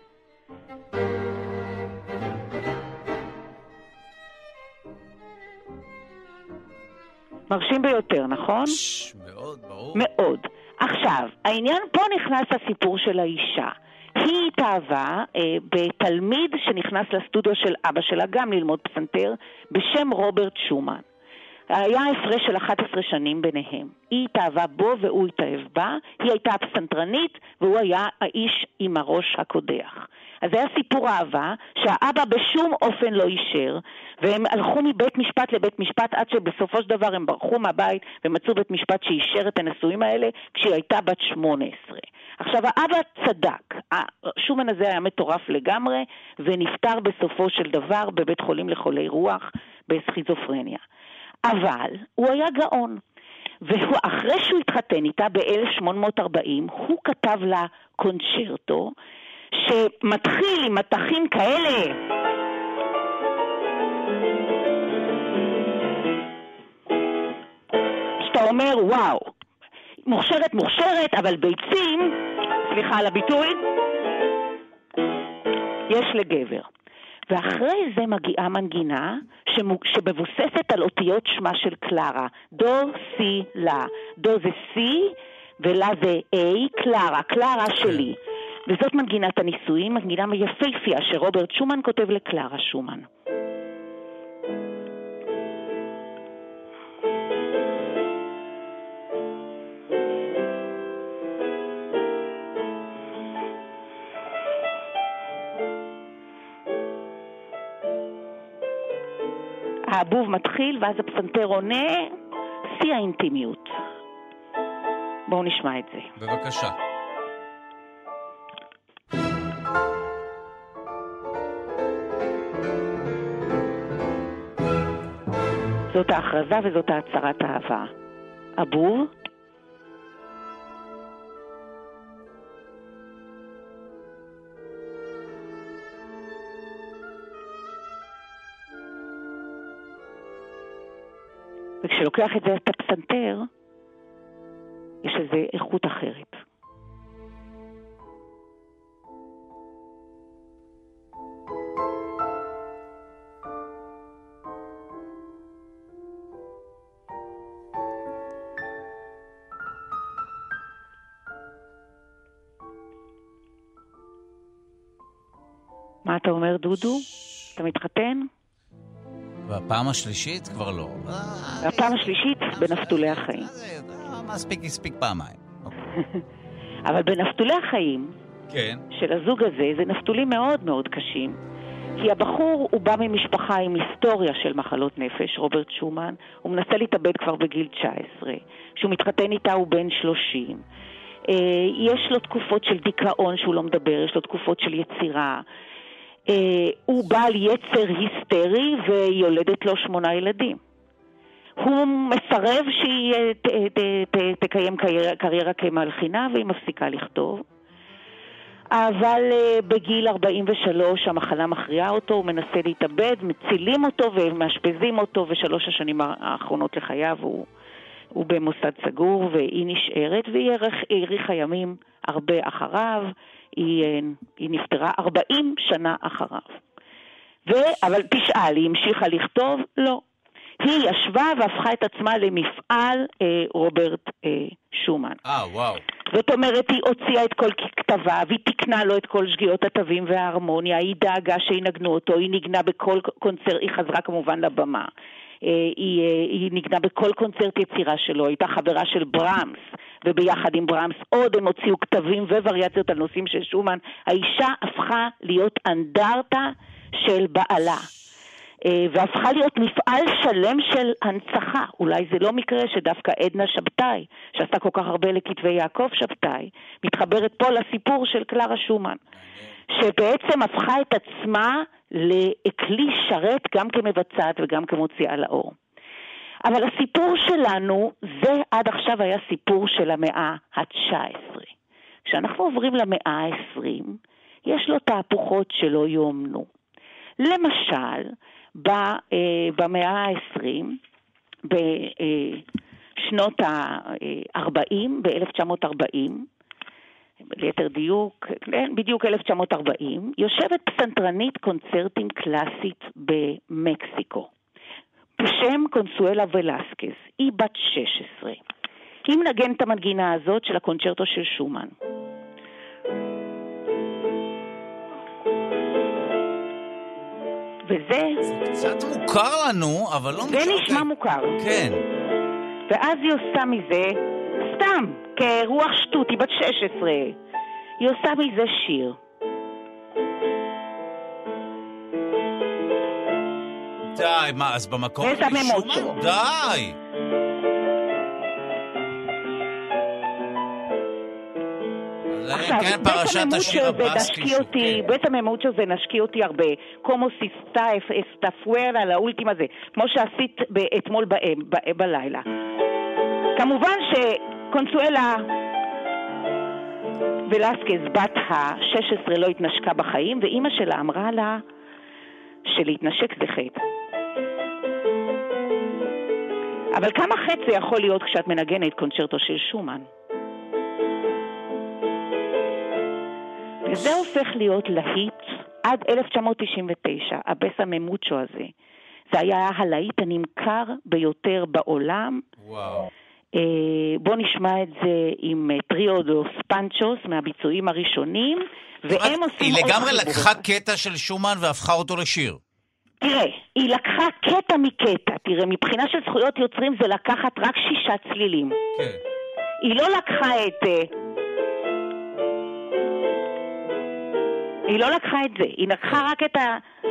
מרשים ביותר, נכון? מאוד, ברור. מאוד. עכשיו, העניין פה נכנס הסיפור של האישה. היא התאהבה בתלמיד שנכנס לסטודיו של אבא שלה גם ללמוד פסנתר בשם רוברט שומן. היה הפרש של 11 שנים ביניהם. היא התאהבה בו והוא התאהב בה, היא הייתה הפסנתרנית והוא היה האיש עם הראש הקודח. אז זה היה סיפור אהבה שהאבא בשום אופן לא אישר, והם הלכו מבית משפט לבית משפט עד שבסופו של דבר הם ברחו מהבית ומצאו בית משפט שאישר את הנישואים האלה כשהיא הייתה בת 18. עכשיו האבא צדק, שומן הזה היה מטורף לגמרי ונפטר בסופו של דבר בבית חולים לחולי רוח בסכיזופרניה. אבל הוא היה גאון, ואחרי שהוא התחתן איתה ב-1840 הוא כתב לה קונצ'רטו שמתחיל עם מתחים כאלה שאתה אומר וואו, מוכשרת, אבל ביצים, סליחה על הביטוי, יש לגבר. ואחרי זה מגיעה מנגינה שמבוססת על אותיות שמה של קלרה. דו, סי, לה. דו זה סי ולה זה איי, קלרה שלי. וזאת מנגינת הנישואים, מנגינה יפהפייה שרוברט שומן כותב לקלרה שומן. האבוב מתחיל ואז הפסנתר עונה, שיא האינטימיות. בואו נשמע את זה. בבקשה. זאת ההכרזה וזאת ההצהרת האהבה. אבוב. וכשלוקח את זה את הפסנתר, יש איזו איכות אחרת. מה אתה אומר, דודו? אתה מתחתן? והפעם השלישית כבר לא. והפעם השלישית בנפתולי החיים. מספיק פעמיים. אבל בנפתולי החיים כן. של הזוג הזה, זה נפתולים מאוד מאוד קשים. כי הבחור הוא בא ממשפחה עם היסטוריה של מחלות נפש, רוברט שומן. הוא מנסה להתאבד כבר בגיל 19. כשהוא מתחתן איתה הוא בן 30. יש לו תקופות של דיכאון שהוא לא מדבר, יש לו תקופות של יצירה. הוא בעל יצר היסטרי והיא יולדת לו 8 ילדים. הוא מסרב שהיא תקיים קריירה כמלחינה והיא מפסיקה לכתוב. אבל בגיל 43 המחלה מכריעה אותו, הוא מנסה להתאבד, מצילים אותו ומאשפזים אותו, ו3 השנים האחרונות לחייו הוא במוסד סגור, והיא נשארת והיא האריכה ימים הרבה אחריו. היא נפטרה 40 שנה אחריו. אבל תשאל, היא המשיכה לכתוב? לא. היא ישבה והפכה את עצמה למפעל רוברט שומן. וואו. זאת אומרת, היא הוציאה את כל כתבה, והיא תקנה לו את כל שגיאות התווים וההרמוניה, היא דאגה שינגנו אותו, היא נגנה בכל קונצרט, היא חזרה כמובן לבמה. היא נגנה בכל קונצרט יצירה שלו, הייתה חברה של ברמס, וביחד עם ברמס עוד הם הוציאו כתבים ווריאציות על נושאים של שומן. האישה הפכה להיות אנדרטה של בעלה, והפכה להיות מפעל שלם של הנצחה. אולי זה לא מקרה שדווקא עדנה שבתאי, שעשתה כל כך הרבה לכתבי יעקב שבתאי, מתחברת פה לסיפור של קלרה שומן, שבעצם הפכה את עצמה לכלי שרת גם כמבצעת וגם כמוציאה לאור. אבל הסיפור שלנו, זה עד עכשיו היה סיפור של המאה ה-19. כשאנחנו עוברים למאה ה-20, יש לו תהפוכות שלא יאומנו. למשל, במאה ה-20 בשנות ה-40, ב-1940, ליתר דיוק, בדיוק 1940, יושבת פסנתרנית קונצרטים קלאסית במקסיקו, בשם קונסואלה ולסקס, היא בת 16. היא מנגנת את המנגינה הזאת של הקונצ'רטו של שומן. וזה... זה קצת מוכר לנו, אבל לא... זה נשמע מוכר. כן. ואז היא עושה מזה, סתם, כרוח שטות, היא בת 16. היא עושה מזה שיר. די, מה, אז במקום... איזה ממוצ'ו. די! עכשיו, כן, פרשת השיר הבאסקי אותי, בית הממוצ'ו זה נשקיע אותי הרבה. כמו סיסטה, אסטפוארה, לאולטימה זה. כמו שעשית אתמול בלילה. כמובן שקונסואלה ולסקס בת ה-16 לא התנשקה בחיים, ואימא שלה אמרה לה שלהתנשק זה חטא. אבל כמה חטא זה יכול להיות כשאת מנגנת קונצ'רטו של שומן? וזה הופך להיות להיט עד 1999, הבסה ממוצ'ו הזה. זה היה הלהיט הנמכר ביותר בעולם. וואו. בוא נשמע את זה עם טריו דוס פנצ'וס מהביצועים הראשונים, והם עושים... היא לגמרי לקחה קטע של שומן והפכה אותו לשיר. תראה, היא לקחה קטע מקטע. תראה, מבחינה של זכויות יוצרים זה לקחת רק 6 צלילים. כן. היא לא לקחה את... היא לא לקחה את זה, היא לקחה רק את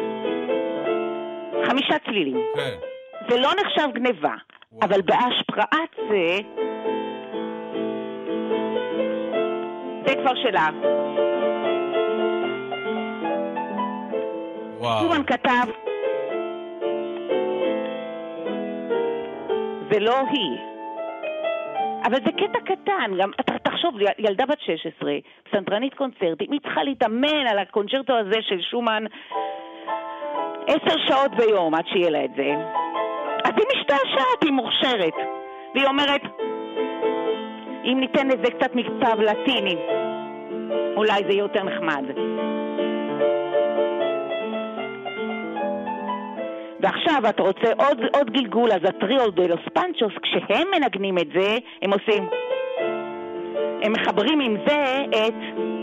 5 צלילים. כן. זה לא נחשב גניבה, אבל בהשפעת זה כבר שלה. שומן כתב, זה לא היא. אבל זה קטע קטן, גם, תחשוב, ילדה בת 16, פסנתרנית קונצרטית, היא צריכה להתאמן על הקונצ'רטו הזה של שומן 10 שעות ביום עד שיהיה לה את זה. אז היא משתעשעת, היא מוכשרת. והיא אומרת, אם ניתן לזה קצת מכתב לטיני, אולי זה יהיה יותר נחמד. ועכשיו אתה רוצה עוד גלגול, אז הטריו דה לוס פנצ'וס, כשהם מנגנים את זה, הם עושים, הם מחברים עם זה את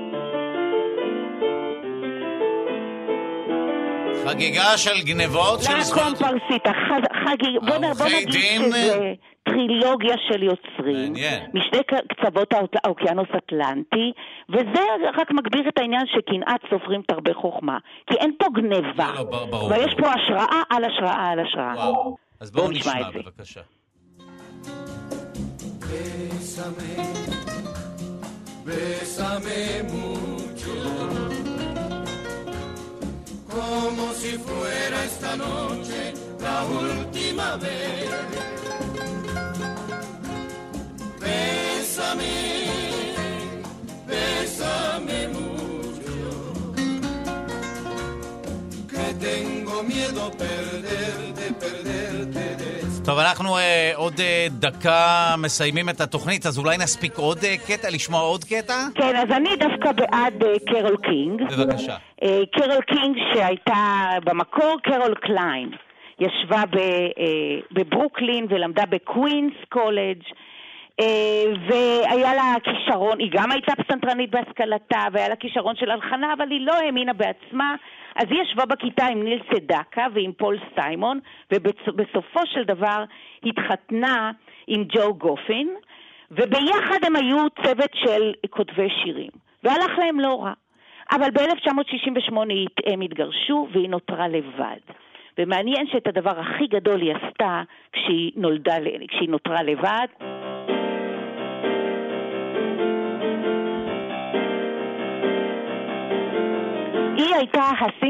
חגיגה של גנבות של זכויות. פרסית, בוא נגיד שזה טרילוגיה של יוצרים, משתי קצוות האוקיינוס אטלנטי, וזה רק מגביר את העניין שקנאת סופרים תרבה חוכמה, כי אין פה גניבה, ויש פה השראה על השראה על השראה. אז בואו נשמע בבקשה. Bésame mucho, como si fuera esta noche la última vez. Bésame, bésame mucho, que tengo miedo perderte, perderte. טוב, אנחנו עוד דקה מסיימים את התוכנית, אז אולי נספיק עוד קטע, לשמוע עוד קטע? כן, אז אני דווקא בעד קרול קינג. בבקשה. קרול קינג שהייתה במקור קרול קליין. ישבה בברוקלין ולמדה בקווינס קולג' והיה לה כישרון, היא גם הייתה פסנתרנית בהשכלתה, והיה לה כישרון של הלחנה, אבל היא לא האמינה בעצמה, אז היא ישבה בכיתה עם ניל צדקה ועם פול סיימון, ובסופו של דבר התחתנה עם ג'ו גופין, וביחד הם היו צוות של כותבי שירים, והלך להם לא רע. אבל ב-1968 הם התגרשו והיא נותרה לבד. ומעניין שאת הדבר הכי גדול היא עשתה כשהיא נותרה לבד. היא היא הייתה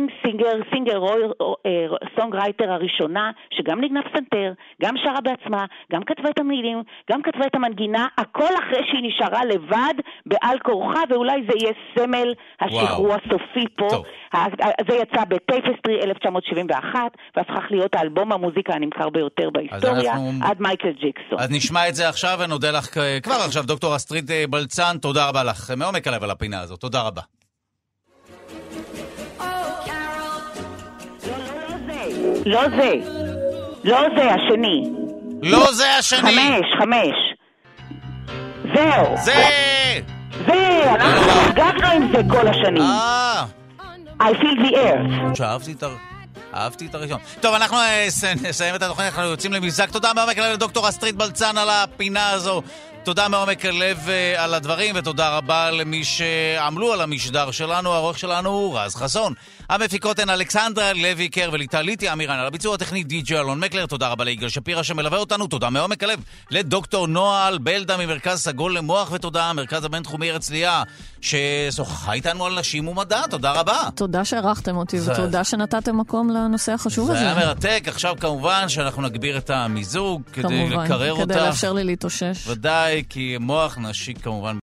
סונגרייטר הראשונה, שגם נגנה פסנתר, גם שרה בעצמה, גם כתבה את המילים, גם כתבה את המנגינה, הכל אחרי שהיא נשארה לבד, בעל כורחה, ואולי זה יהיה סמל השחרור הסופי פה. זה יצא בטייפסטרי 1971, והפך להיות האלבום המוזיקה הנמכר ביותר בהיסטוריה, עד מייקל ג'קסון. אז נשמע את זה עכשיו, ונודה לך כבר עכשיו, דוקטור אסטרית בלצן, תודה רבה לך, מעומק הלב על הפינה הזאת, תודה רבה. לא זה, השני. לא זה השני. 5. זהו. זה, אנחנו חגגנו עם זה כל השנים. I feel the earth. אהבתי את הראשון. טוב, אנחנו נסיים את התוכנית, אנחנו יוצאים למבזק. תודה מעומק הלב לדוקטור אסטרית בלצן על הפינה הזו. תודה מעומק הלב על הדברים, ותודה רבה למי שעמלו על המשדר שלנו. העורך שלנו הוא רז חסון. המפיקות הן אלכסנדרה לוי קר וליטליטי אמירן. על הביצוע הטכני די.ג'י אלון מקלר. תודה רבה ליגאל שפירא שמלווה אותנו. תודה מעומק הלב לדוקטור נועל בלדה ממרכז סגול למוח, ותודה המרכז הבינתחומי הרצליה ששוחחה איתנו על נשים ומדע. תודה רבה. תודה שערכתם אותי, ותודה שנתתם מקום לנושא החשוב הזה. זה היה מרתק. עכשיו כמובן שאנחנו נגביר את המיזוג כדי לקרר אותך. כדי לאפשר לי להתאושש. ודאי, כי מוח נשי כמובן